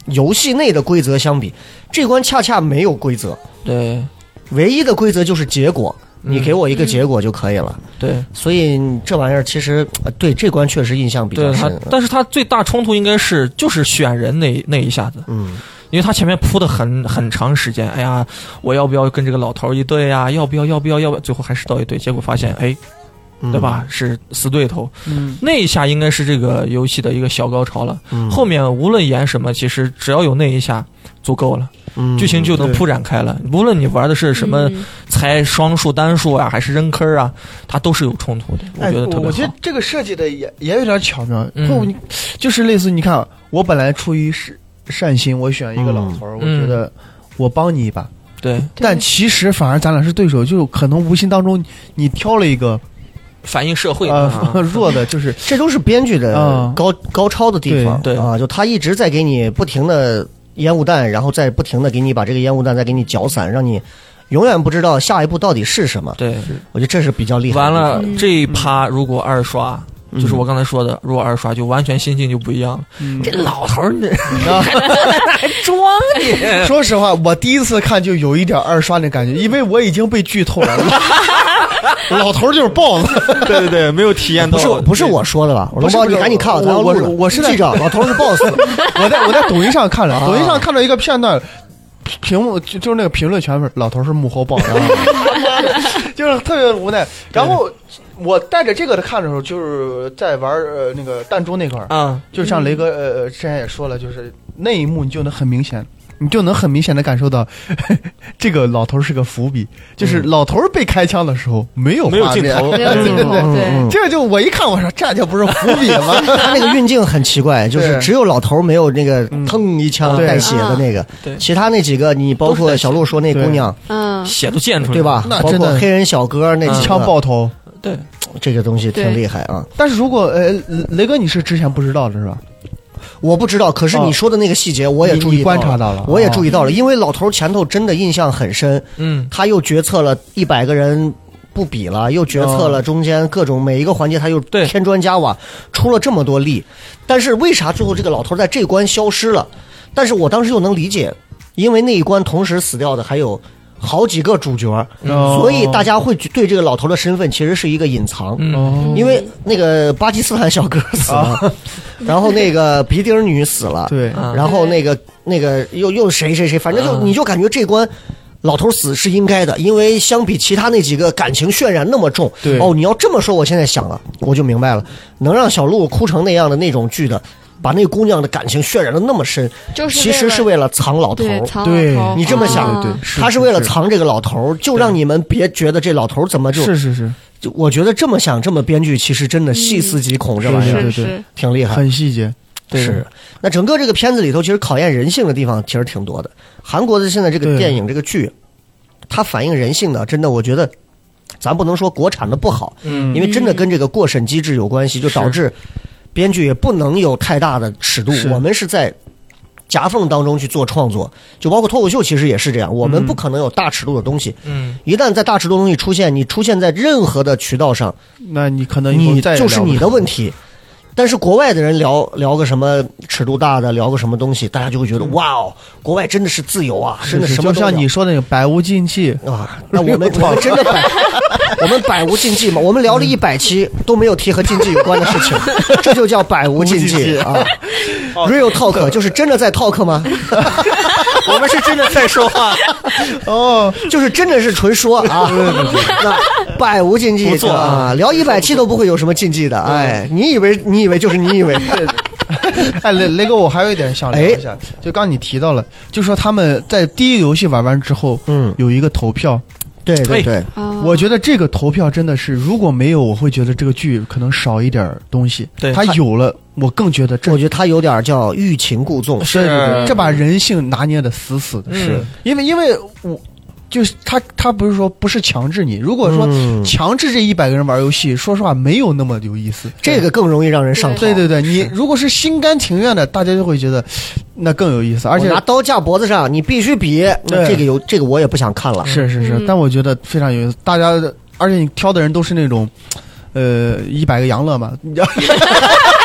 游戏内的规则相比，这关恰恰没有规则。 对， 唯一的规则就是结果，你给我一个结果就可以了。 对， 所以这玩意儿其实对这关确实印象比较深。 但是它最大冲突应该就是选人那一下子。因为他前面铺的很长时间，哎呀，我要不要跟这个老头一对呀？要不要？最后还是到一对，结果发现，哎，对吧？是死对头。那一下应该是这个游戏的一个小高潮了。后面无论演什么，其实只要有那一下足够了，剧情就能铺展开了。无论你玩的是什么猜双数、单数啊，还是扔坑啊，它都是有冲突的。我觉得特别好。 我觉得这个设计的也有点巧妙，就是类似你看，我本来出于善心，我选一个老头，我觉得我帮你一把， 对， 但其实反而咱俩是对手，就可能无形当中你挑了一个反映社会弱的，就是这都是编剧的高超的地方， 对啊，就他一直在给你不停的烟雾弹，然后再不停的给你把这个烟雾弹再给你搅散，让你永远不知道下一步到底是什么。 对， 我觉得这是比较厉害的。 完了这一趴如果二刷。就是我刚才说的，如果二刷就完全心境就不一样了。 这老头儿还装你。说实话，我第一次看就有一点二刷的感觉，因为我已经被剧透了。老头就是 BOSS。 对，没有体验到。 不是我说的吧？我说你赶紧看， 我是记者， 老头是 BOSS。 我在抖音上看了，抖音上看到一个片段。屏幕就是那个评论全是老头是幕后爆，就是特别无奈。然后我带着这个看的时候，就是在玩那个弹珠那块儿，就像雷哥之前也说了，就是那一幕你就能很明显的感受到这个老头是个伏笔，就是老头被开枪的时候没有镜头， 对，这个就我一看我说这就不是伏笔吗？ 他那个运镜很奇怪，就是只有老头没有那个腾一枪带血的那个，其他那几个你包括小鹿说那姑娘， 血都溅出来， 对吧？包括黑人小哥那几枪爆头， 对， 这个东西挺厉害啊。 但是如果雷哥你是之前不知道的是吧？ 我不知道，可是你说的那个细节我也注意到了， 你观察到了， 我也注意到了，因为老头前头真的印象很深，他又决策了100个人不比了，又决策了中间各种每一个环节他又添砖加瓦，出了这么多力，但是为啥最后这个老头在这关消失了？但是我当时又能理解，因为那一关同时死掉的还有好几个主角，所以大家会对这个老头的身份其实是一个隐藏，因为那个巴基斯坦小哥死了，然后那个鼻钉女死了， 对， 然后那个又谁，反正就你就感觉这关老头死是应该的，因为相比其他那几个感情渲染那么重， 对哦，你要这么说，我现在想了，我就明白了，能让小鹿哭成那样的那种剧的。把那姑娘的感情渲染的那么深，其实是为了藏老头。 对， 你这么想， 对， 他是为了藏这个老头，就让你们别觉得这老头怎么就就我觉得这么想，这么编剧其实真的细思极恐，这玩意儿对， 挺厉害， 很细节。 是，那整个这个片子里头，其实考验人性的地方其实挺多的。韩国的现在这个电影这个剧，它反映人性的，真的我觉得，咱不能说国产的不好，因为真的跟这个过审机制有关系，就导致。编剧也不能有太大的尺度，我们是在夹缝当中去做创作，就包括脱口秀其实也是这样，我们不可能有大尺度的东西。一旦在大尺度的东西出现，你出现在任何的渠道上， 那你可能你就是你的问题。但是国外的人聊个什么尺度大的，聊个什么东西，大家就会觉得哇哦，国外真的是自由啊，真的什么就像你说的那个百无禁忌啊。那我们真的我们百无禁忌嘛？我们聊了100期都没有提和禁忌有关的事情，这就叫百无禁忌啊。Real talk 就是真的在 talk 吗？ 我们是真的在说话哦，就是真的是纯说啊。那百无禁忌啊，聊100期都不会有什么禁忌的。哎，你以为就是你以为。 哎，雷哥，我还有一点想聊一下，就刚你提到了，就说他们在第一个游戏玩完之后，有一个投票。 对， 我觉得这个投票真的是，如果没有，我会觉得这个剧可能少一点东西。 对， 他有了，我更觉得我觉得他有点叫欲擒故纵， 是这把人性拿捏的死死的。是因为我。就是他不是说不是强制你，如果说强制这100个人玩游戏，说实话没有那么有意思， 这个更容易让人上头。 对，你如果是心甘情愿的，大家就会觉得那更有意思。而且拿刀架脖子上，你必须比这个我也不想看了。 是，但我觉得非常有意思。大家而且你挑的人都是那种100个杨乐嘛，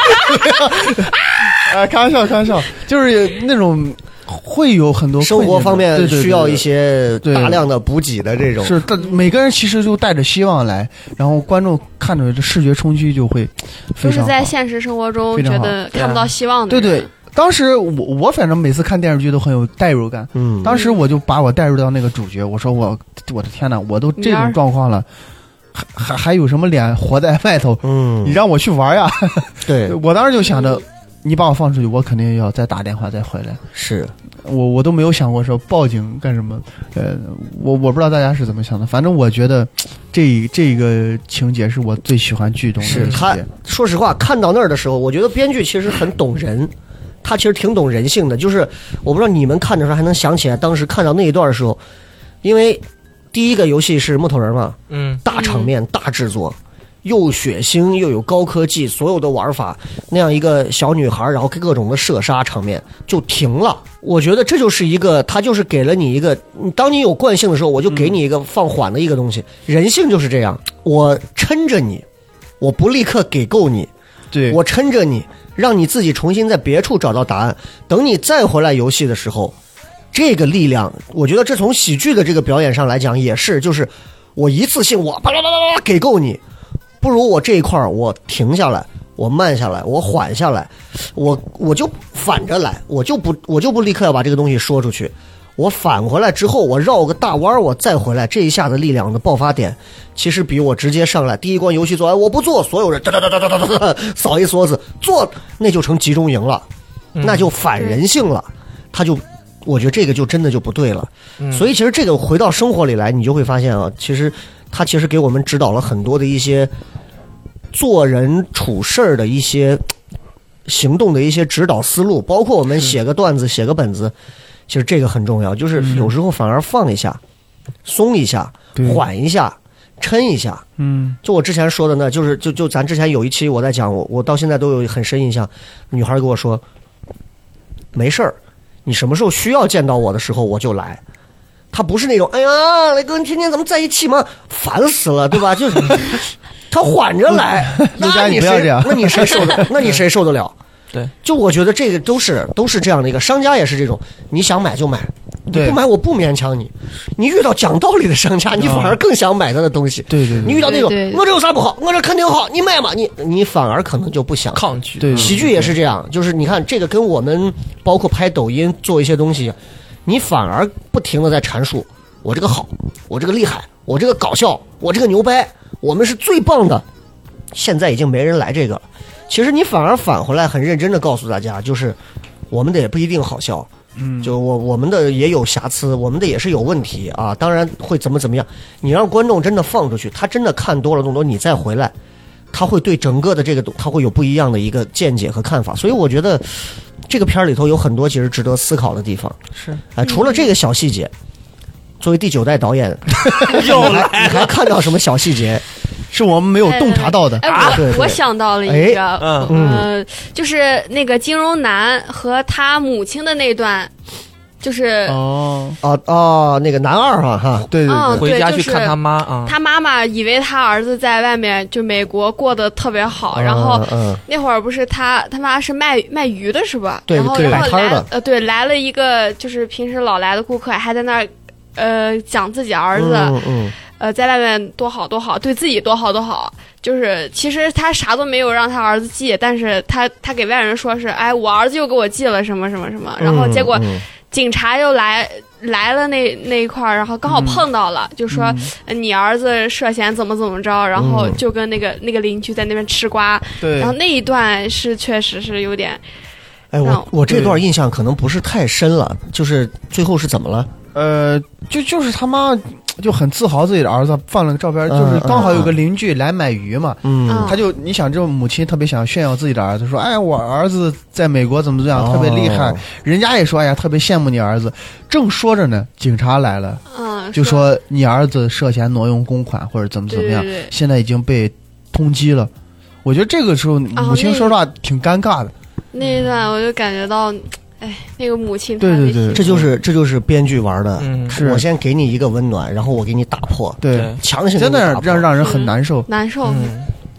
开玩笑，就是那种会有很多生活方面需要一些对大量的补给的这种。 是，但每个人其实就带着希望来，然后观众看着这视觉冲击就会非常好。 就是在现实生活中觉得看不到希望的人。 对。当时我反正每次看电视剧都很有代入感，当时我就把我带入到那个主角，我说我的天哪，我都这种状况了，还有什么脸活在外头？你让我去玩呀？ 对， 我当时就想着，你把我放出去，我肯定要再打电话再回来。 是我都没有想过说报警干什么。我不知道大家是怎么想的，反正我觉得这个情节是我最喜欢剧中的。 是他说实话，看到那儿的时候，我觉得编剧其实很懂人。他其实挺懂人性的，就是我不知道你们看的时候还能想起来当时看到那一段的时候，因为第一个游戏是木头人嘛，大场面大制作，又血腥又有高科技，所有的玩法，那样一个小女孩，然后各种的射杀场面就停了。我觉得这就是一个，他就是给了你一个，当你有惯性的时候，我就给你一个放缓的一个东西。人性就是这样，我抻着你，我不立刻给够你， 对， 我抻着你，让你自己重新在别处找到答案，等你再回来游戏的时候，这个力量我觉得这从喜剧的这个表演上来讲也是，就是我一次性我巴拉巴拉给够你，不如我这一块我停下来，我慢下来，我缓下来，我就反着来，我就不立刻要把这个东西说出去，我返回来之后，我绕个大弯，我再回来，这一下的力量的爆发点，其实比我直接上来第一关游戏做完我不做，所有人哒哒哒哒哒哒哒扫一梭子做，那就成集中营了，那就反人性了，他就我觉得这个就真的就不对了。所以其实这个回到生活里来，你就会发现啊，其实他其实给我们指导了很多的一些做人处事的一些行动的一些指导思路，包括我们写个段子写个本子，其实这个很重要，就是有时候反而放一下，松一下，缓一下，抻一下。就我之前说的呢，就是就咱之前有一期我在讲，我到现在都有很深印象，女孩跟我说没事儿，你什么时候需要见到我的时候我就来。他不是那种哎呀雷哥你天天咱们在一起吗，烦死了，对吧？就是他缓着来，那你谁那你谁受得那你谁受得了？ 对， 就我觉得这个都是这样的一个，商家也是这种，你想买就买，你不买我不勉强你。你遇到讲道理的商家，你反而更想买他的东西。 对， 你遇到那种我这有啥不好，我这肯定好，你买嘛，你反而可能就不想抗拒。 对， 喜剧也是这样，就是你看这个跟我们包括拍抖音做一些东西，你反而不停的在阐述我这个好，我这个厉害，我这个搞笑，我这个牛掰，我们是最棒的。现在已经没人来这个了。其实你反而返回来很认真的告诉大家，就是我们的也不一定好笑，就我们的也有瑕疵，我们的也是有问题啊，当然会怎么样。你让观众真的放出去，他真的看多了那么多，你再回来，他会对整个的这个他会有不一样的一个见解和看法。所以我觉得这个片里头有很多其实值得思考的地方。 是， 除了这个小细节，作为第9代导演，你还看到什么小细节？ 是我们没有洞察到的。 我想到了一个，就是那个金融男和他母亲的那段，就是那个男二哈， 对， 回家去看他妈啊， 他妈妈以为他儿子在外面就美国过得特别好，然后那会儿不是他妈是卖鱼的是吧？ 对， 然后来了一个就是平时老来的顾客，还在那儿讲自己儿子。在外面多好多好，对自己多好多好，就是其实他啥都没有让他儿子记，但是他给外人说是，哎，我儿子又给我记了什么什么什么，然后结果警察又来了那一块儿，然后刚好碰到了，就说你儿子涉嫌怎么着，然后就跟那个邻居在那边吃瓜，然后那一段是确实是有点， 哎，我这段印象可能不是太深了，就是最后是怎么了？ 就是他妈就很自豪自己的儿子放了个照片，就是刚好有个邻居来买鱼嘛，他就你想这种母亲特别想炫耀自己的儿子，说哎我儿子在美国怎么样特别厉害，人家也说哎呀特别羡慕你儿子，正说着呢，警察来了，就说你儿子涉嫌挪用公款或者怎么样，现在已经被通缉了。我觉得这个时候母亲说实话挺尴尬的。 那一段我就感觉到。哎，那个母亲， 对，这就是编剧玩的。我先给你一个温暖，然后我给你打破， 对， 强行真的让人很难受， 难受。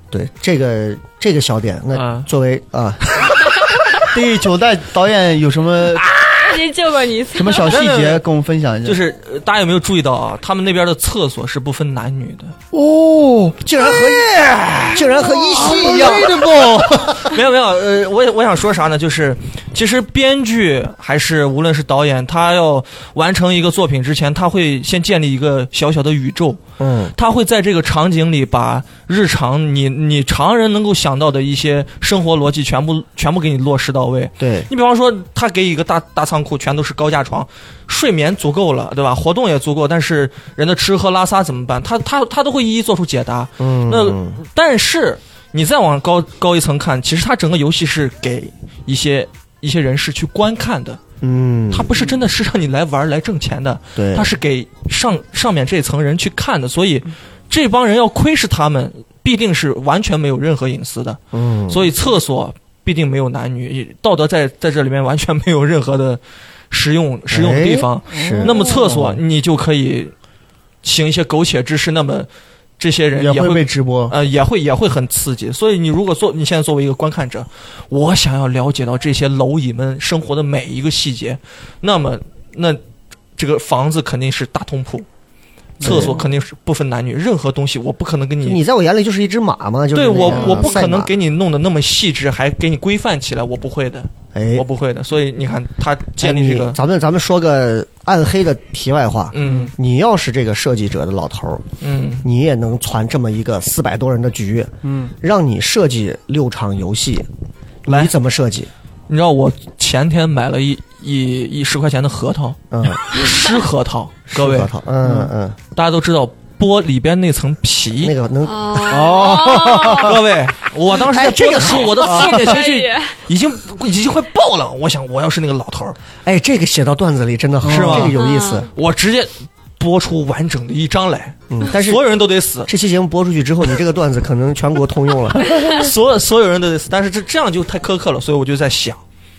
对，这个小点，那作为第9代导演有什么？ 已经救过你一次。 什么小细节跟我们分享一下？ 就是大家有没有注意到啊？他们那边的厕所是不分男女的哦，竟然和一系一样。 没有，我想说啥呢？就是其实编剧还是无论是导演，他要完成一个作品之前，他会先建立一个小小的宇宙。他会在这个场景里把日常你常人能够想到的一些生活逻辑全部给你落实到位。 对， 你比方说他给一个大仓库全都是高架床，睡眠足够了，对吧？活动也足够，但是人的吃喝拉撒怎么办？他都会一一做出解答。但是你再往高一层看，其实他整个游戏是给一些人士去观看的。他不是真的是让你来玩来挣钱的， 对， 他是给上面这层人去看的，所以这帮人要窥视他们，必定是完全没有任何隐私的。所以厕所必定没有男女，道德在这里面完全没有任何的实用的地方。那么厕所你就可以行一些苟且之事，那么这些人也会被直播， 也会很刺激。所以你如果你现在作为一个观看者，我想要了解到这些蝼蚁们生活的每一个细节，那这个房子肯定是大通铺，厕所肯定是不分男女，任何东西我不可能跟你在我眼里就是一只马嘛，就是对我不可能给你弄得那么细致，还给你规范起来，我不会的。我不会的。所以你看他建立这个， 咱们说个暗黑的题外话。你要是这个设计者的老头，你也能传这么一个400多人的局，让你设计6场游戏，你怎么设计？ 你知道我前天买了一10块钱的核桃，湿核桃，各位，大家都知道剥里边那层皮， 那个能各位，我当时在剥的时候，我的负面情绪已经快爆了。我想，我要是那个老头儿， 这个写到段子里真的好， 是吗？ 这个有意思， 我直接播出完整的一章来， 但是所有人都得死。 这期节目播出去之后，你这个段子可能全国通用了， 所有人都得死。但是这样就太苛刻了，所以我就在想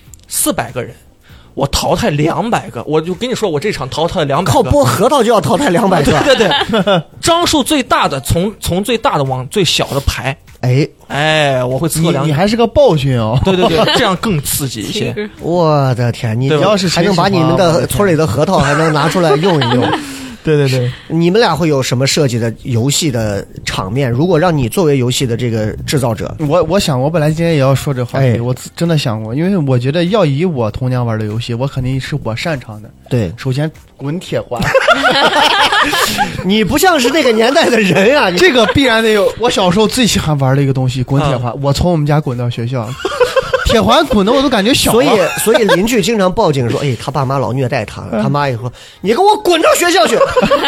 ，400个人。我淘汰200个，我就跟你说，我这场淘汰了200个， 靠剥核桃就要淘汰200个， 对，张数最大的从最大的往最小的排，我会测量。 你还是个暴君哦， 对，这样更刺激一些。 我的天，你要是还能把你们的村里的核桃还能拿出来用一用。 对， 你们俩会有什么设计的游戏的场面？如果让你作为游戏的这个制造者， 我想我本来今天也要说这话题，我真的想过，因为我觉得要以我童年玩的游戏，我肯定是我擅长的。 对， 首先滚铁环， 你不像是那个年代的人啊， 这个必然得有。我小时候最喜欢玩的一个东西，滚铁环，我从我们家滚到学校。铁环滚的我都感觉小了， 所以邻居经常报警说：“他爸妈老虐待他。”他妈也说：“你给我滚到学校去！”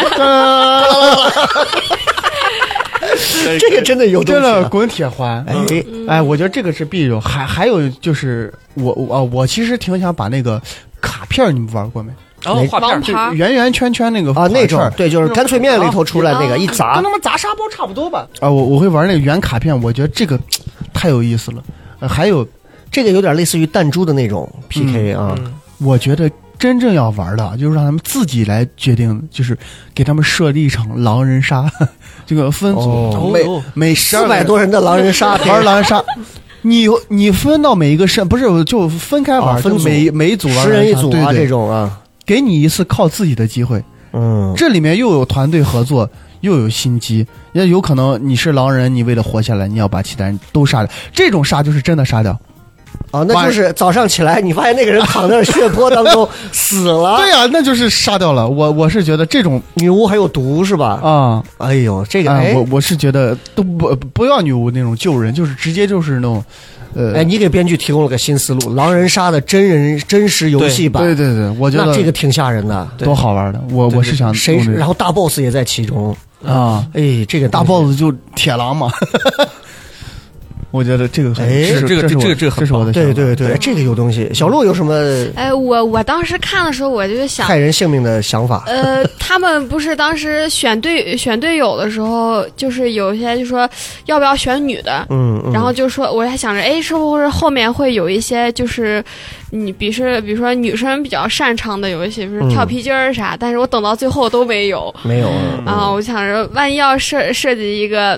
这个真的有东西， 真的滚铁环。我觉得这个是必有。还有就是我其实挺想把那个卡片，你们玩过没？ 画片就圆圆圈圈那个那种，对，就是干脆面里头出来那个一砸， 跟他们砸沙包差不多吧。我会玩那个圆卡片，我觉得这个太有意思了。还有。 这个有点类似于弹珠的那种 PK 啊， 我觉得真正要玩的就是让他们自己来决定，就是给他们设立一场狼人杀，这个分组，每 400多人的狼人杀， 玩狼人杀，你分到每一个不是就分开玩， 分组， 每一组 10人一组啊，这种啊， 给你一次靠自己的机会，这里面又有团队合作。又有心机，也有可能你是狼人，你为了活下来，你要把其他人都杀掉。这种杀就是真的杀掉。 那就是早上起来，你发现那个人躺在血泊当中死了。 对呀，那就是杀掉了。我是觉得这种女巫还有毒是吧？哎呦，这个我是觉得都不要女巫那种救人，就是直接就是那种。 你给编剧提供了个新思路，狼人杀的真实游戏版。 对，我觉得那这个挺吓人的， 多好玩的。我是想谁，然后大 boss 也在其中啊。 这个大 boss 就铁狼嘛。我觉得这个很， 这是我的对，这个有东西。小鹿有什么？ 我当时看的时候，我就想害人性命的想法。 他们不是当时选队友的时候，就是有一些就说要不要选女的，然后就说我还想着，是不是后面会有一些就是你比如说女生比较擅长的有一些，比如跳皮筋儿啥，但是我等到最后都没有啊， 我想着万一要设计一个。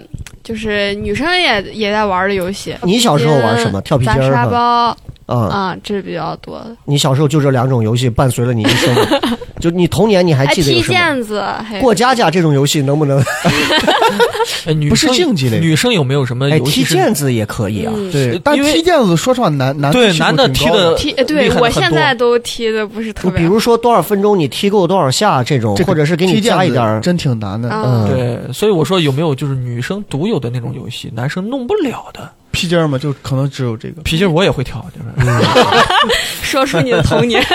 就是女生也在玩的游戏。 你小时候玩什么？跳皮筋儿、 砸沙包。这是比较多的。 你小时候就这2种游戏伴随了你一生，就你童年你还记得有什么？ 踢毽子、 过家家这种游戏能不能？ 不是竞技类。 女生有没有什么游戏？ 踢毽子也可以啊。 对，但踢毽子说实话男的踢的对，我现在都踢的不是特别。 比如说多少分钟你踢够多少下这种，或者是给你加一点， 真挺难的。 对，所以我说有没有就是女生独有的那种游戏，男生弄不了的？ 皮筋嘛，就可能只有这个皮筋，我也会跳，就是说出你的童年。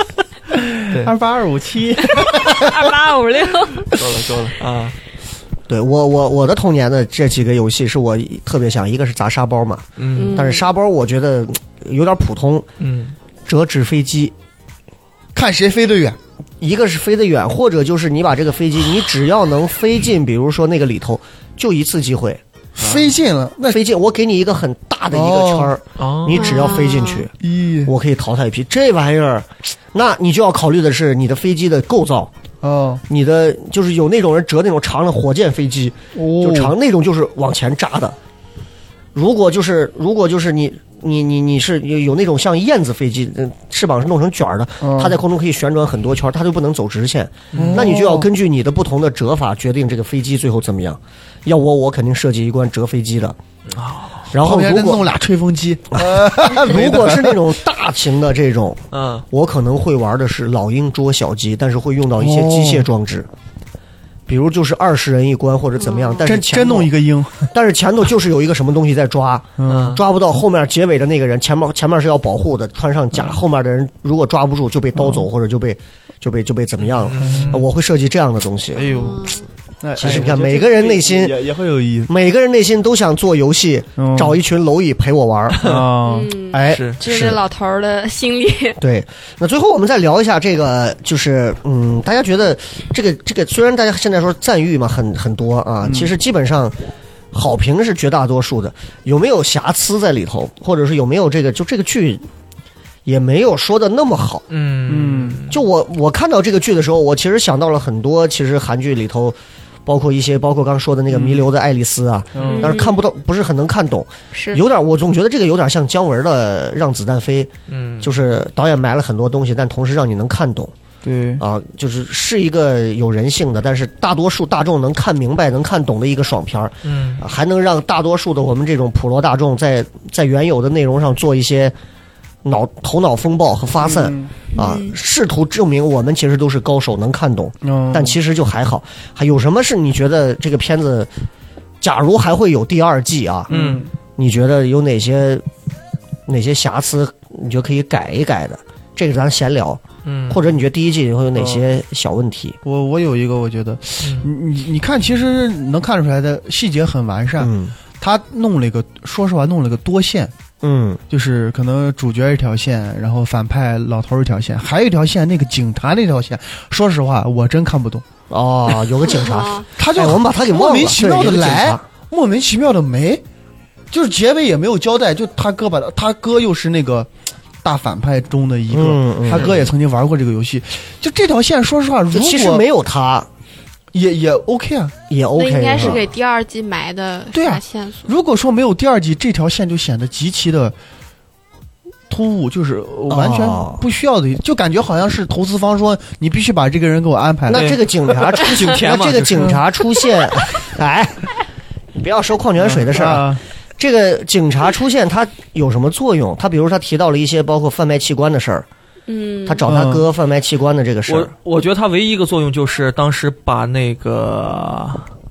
28257，28256， 够了啊！ 对我的童年的这几个游戏是我特别想，一个是砸沙包嘛，但是沙包我觉得有点普通，折纸飞机， 看谁飞得远。 一个是飞得远，或者就是你把这个飞机，你只要能飞进，比如说那个里头，就一次机会。 飞进了，那飞进，我给你一个很大的一个圈儿，你只要飞进去，我可以淘汰一批。这玩意儿，那你就要考虑的是你的飞机的构造。你的就是有那种人折那种长的火箭飞机，就长那种就是往前扎的。如果就是你是有那种像燕子飞机，翅膀是弄成卷的，它在空中可以旋转很多圈，它就不能走直线。那你就要根据你的不同的折法决定这个飞机最后怎么样。要我肯定设计一关折飞机的。然后如果弄俩吹风机， 如果是那种大型的这种，我可能会玩的是老鹰捉小鸡，但是会用到一些机械装置。比如就是20人一关或者怎么样，但是真弄一个鹰， 但是前头就是有一个什么东西在抓，抓不到，后面结尾的那个人前面是要保护的，穿上甲，后面的人如果抓不住就被刀走，或者就被怎么样了。我会设计这样的东西。哎呦，其实你看每个人内心也会有意思， 每个人内心都想做游戏，找一群蝼蚁陪我玩。 这是老头的心理。 对，那最后我们再聊一下这个，就是大家觉得这个虽然大家现在说赞誉嘛很多啊，其实基本上好评是绝大多数的，有没有瑕疵在里头，或者是有没有这个剧也没有说的那么好。就我看到这个剧的时候，我其实想到了很多，其实韩剧里头。包括刚刚说的那个弥留的爱丽丝啊，但是看不到，不是很能看懂，有点，我总觉得这个有点像姜文的《让子弹飞》，就是导演埋了很多东西，但同时让你能看懂， 对啊，是一个有人性的，但是大多数大众能看明白、能看懂的一个爽片还能让大多数的我们这种普罗大众在原有的内容上做一些头脑风暴和发散试图证明我们其实都是高手，能看懂，但其实就还好。还有什么是你觉得这个片子，假如还会有第2季啊？你觉得有哪些瑕疵？你觉得可以改一改的？这个咱闲聊。或者你觉得第1季会有哪些小问题？ 我有一个，我觉得，你看，其实能看出来的细节很完善。他说实话弄了个多线。就是可能主角一条线，然后反派老头一条线，还有一条线那个警察那条线，说实话我真看不懂。 有个警察， 他就我们把他给忘了， 莫名其妙的来，莫名其妙的没，就是结尾也没有交代，就他哥又是那个大反派中的一个，他哥也曾经玩过这个游戏，就这条线说实话，如果其实没有他。 也 OK 啊， 也 OK， 那应该是给第2季埋的啥线索。 如果说没有第2季，这条线就显得极其的突兀，就是完全不需要的，就感觉好像是投资方说你必须把这个人给我安排了。 那这个警察出现，哎，你不要说矿泉水的事儿。这个警察出现，他有什么作用？他比如他提到了一些包括贩卖器官的事儿。他找他哥贩卖器官的这个事儿， 我觉得他唯一一个作用就是当时把那个，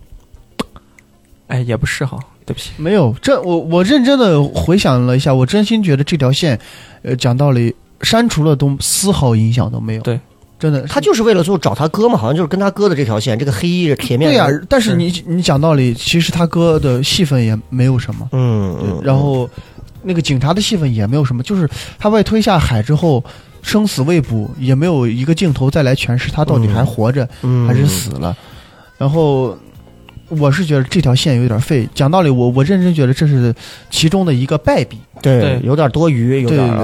也不是哈，对不起， 没有，我认真的回想了一下，我真心觉得这条线，讲道理删除了都丝毫影响都没有。 对， 真的， 他就是为了就找他哥嘛，好像就是跟他哥的这条线，这个黑衣铁面。 对呀，但是你讲道理，其实他哥的戏份也没有什么。然后那个警察的戏份也没有什么，就是他被推下海之后。生死未卜，也没有一个镜头再来诠释他到底还活着还是死了。然后我是觉得这条线有点废，讲道理我认真觉得这是其中的一个败笔。 对，有点多余，有点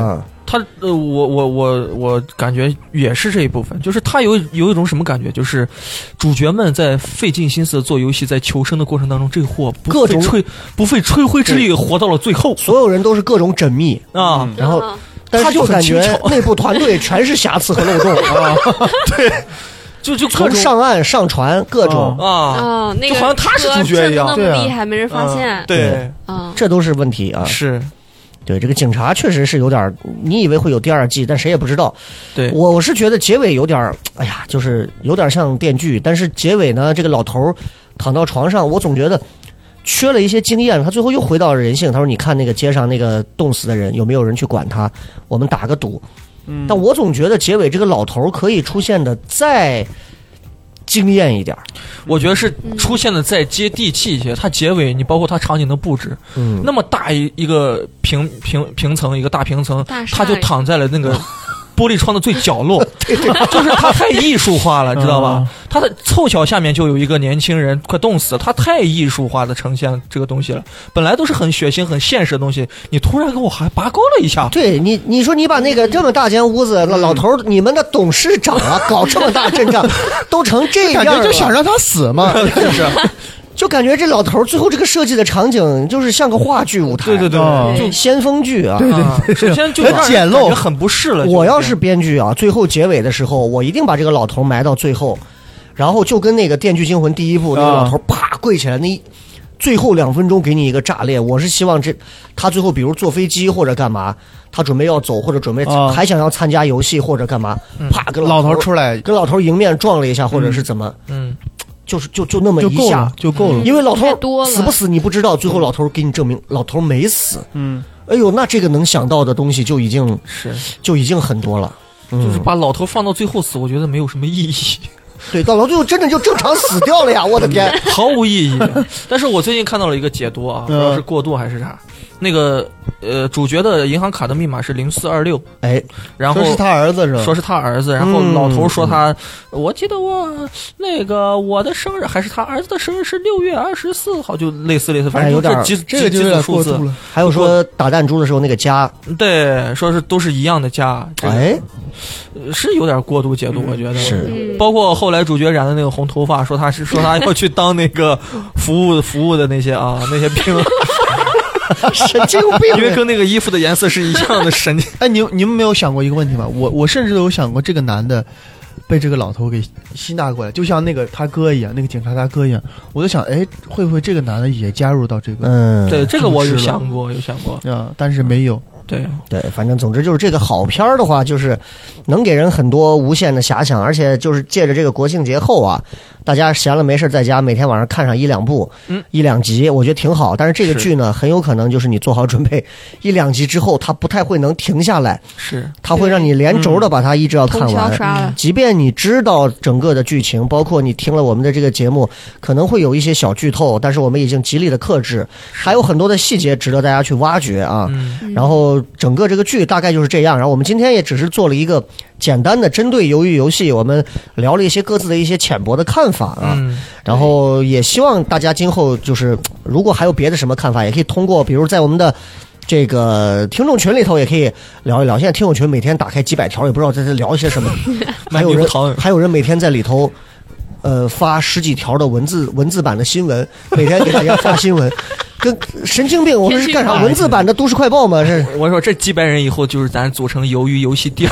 我感觉也是这一部分，就是他有一种什么感觉，就是主角们在费尽心思做游戏，在求生的过程当中，这个货不费吹灰之力活到了最后， 所有人都是各种缜密啊， 然后但是就感觉内部团队全是瑕疵和漏洞啊， 对。就从上岸上船各种啊，那个就好像他是主角一样， 那么厉害没人发现， 对啊， 这都是问题啊。 是， 对这个警察确实是有点，你以为会有第二季，但谁也不知道。 对， 我是觉得结尾有点，哎呀，就是有点像电锯，但是结尾呢，这个老头躺到床上，我总觉得缺了一些经验。他最后又回到了人性，他说：“你看那个街上那个冻死的人，有没有人去管他？我们打个赌。”但我总觉得结尾这个老头可以出现的再惊艳一点， 我觉得是出现的再接地气一些。它结尾你包括它场景的布置，那么大一个平层，一个大平层，他就躺在了那个玻璃窗的最角落，就是他太艺术化了，知道吧？他的凑巧下面就有一个年轻人快冻死了，他太艺术化的呈现这个东西了。本来都是很血腥很现实的东西，你突然给我还拔高了一下。 对你说你把那个这么大间屋子，老头你们的董事长啊，搞这么大阵仗，都成这样了， 感觉就想让他死嘛， 是。就感觉这老头最后这个设计的场景就是像个话剧舞台， 对， 就先锋剧啊， 对， 首先就简陋， 很不适了。 我要是编剧啊，最后结尾的时候，我一定把这个老头埋到最后，然后就跟那个《电锯惊魂》第一部那个老头啪跪起来，那最后2分钟给你一个炸裂。我是希望他最后比如坐飞机或者干嘛，他准备要走或者准备还想要参加游戏或者干嘛，啪跟老头出来， 跟老头迎面撞了一下，或者是怎么，就那么一下就够了， 因为老头死不死你不知道，最后老头给你证明老头没死。哎呦，那这个能想到的东西就已经很多了。 就是把老头放到最后死，我觉得没有什么意义。 对，到老最后真的就正常死掉了呀！我的天， 毫无意义。但是我最近看到了一个解读啊，不知道是过度还是啥。那个主角的银行卡的密码是0426， 哎， 然后说是他儿子是吧？ 说是他儿子，然后老头说我记得我的生日还是他儿子的生日是6月24号，就类似，反正有点这个就有点过度了。 还有说打弹珠的时候那个家， 对，说是都是一样的家， 哎， 是有点过度解读，我觉得是。 包括后来主角染的那个红头发，说他要去当那个服务的那些兵。 神经病， 因为跟那个衣服的颜色是一样的神经。 哎，你们没有想过一个问题吗？我甚至都有想过，这个男的被这个老头给吸纳过来，就像那个他哥一样，那个警察他哥一样，我就想，哎，会不会这个男的也加入到这个？ 对，这个我有想过啊，但是没有。 对，反正总之就是这个好片儿的话，就是能给人很多无限的遐想，而且就是借着这个国庆节后啊，大家闲了没事在家每天晚上看上1-2部，1-2集，我觉得挺好。但是这个剧呢，很有可能就是你做好准备，1-2集之后它不太会能停下来， 是它会让你连轴的把它一直要看完。即便你知道整个的剧情，包括你听了我们的这个节目，可能会有一些小剧透，但是我们已经极力的克制，还有很多的细节值得大家去挖掘啊。然后整个这个剧大概就是这样，然后我们今天也只是做了一个简单的针对鱿鱼游戏，我们聊了一些各自的一些浅薄的看法啊，然后也希望大家今后就是如果还有别的什么看法，也可以通过比如在我们的这个听众群里头也可以聊一聊。现在听众群每天打开几百条，也不知道在这聊些什么，还有人每天在里头发10几条的文字版的新闻，每天给大家发新闻。跟神经病，我们是干啥？文字版的都市快报吗？是我说这几百人以后就是咱组成鱿鱼游戏第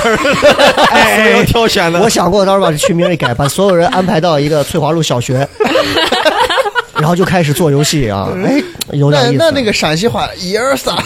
2要挑选的。 我想过到时候把这区名一改，把所有人安排到一个翠华路小学，然后就开始做游戏啊！哎，有点意思。 那个陕西话1、2、3。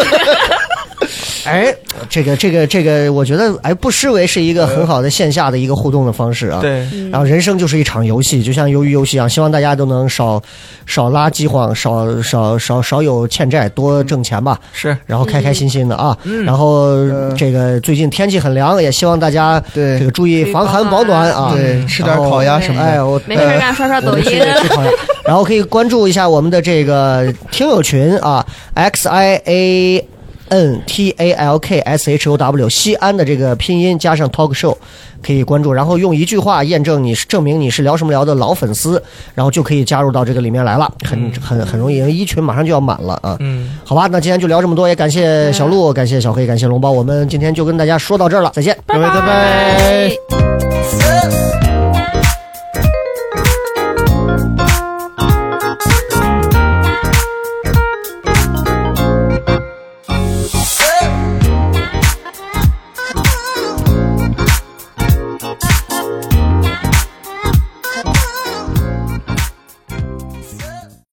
哎，这个，我觉得不失为是一个很好的线下的一个互动的方式啊。 对。 然后人生就是一场游戏，就像鱿鱼游戏一样，希望大家都能少拉饥荒，少有欠债，多挣钱吧。 是。然后开开心心的啊。然后这个最近天气很凉，也希望大家这个注意防寒保暖啊。 对，吃点烤鸭什么的。 哎，我没事干刷抖音。 然后可以关注一下我们的这个听友群啊 ，XIA。 NTALKSHOW 西安的这个拼音加上 talk show 可以关注，然后用一句话证明你是聊什么聊的老粉丝，然后就可以加入到这个里面来了，很容易，因为一群马上就要满了啊。好吧，那今天就聊这么多，也感谢小鹿，感谢小黑，感谢龙包，我们今天就跟大家说到这儿了，再见， 拜拜。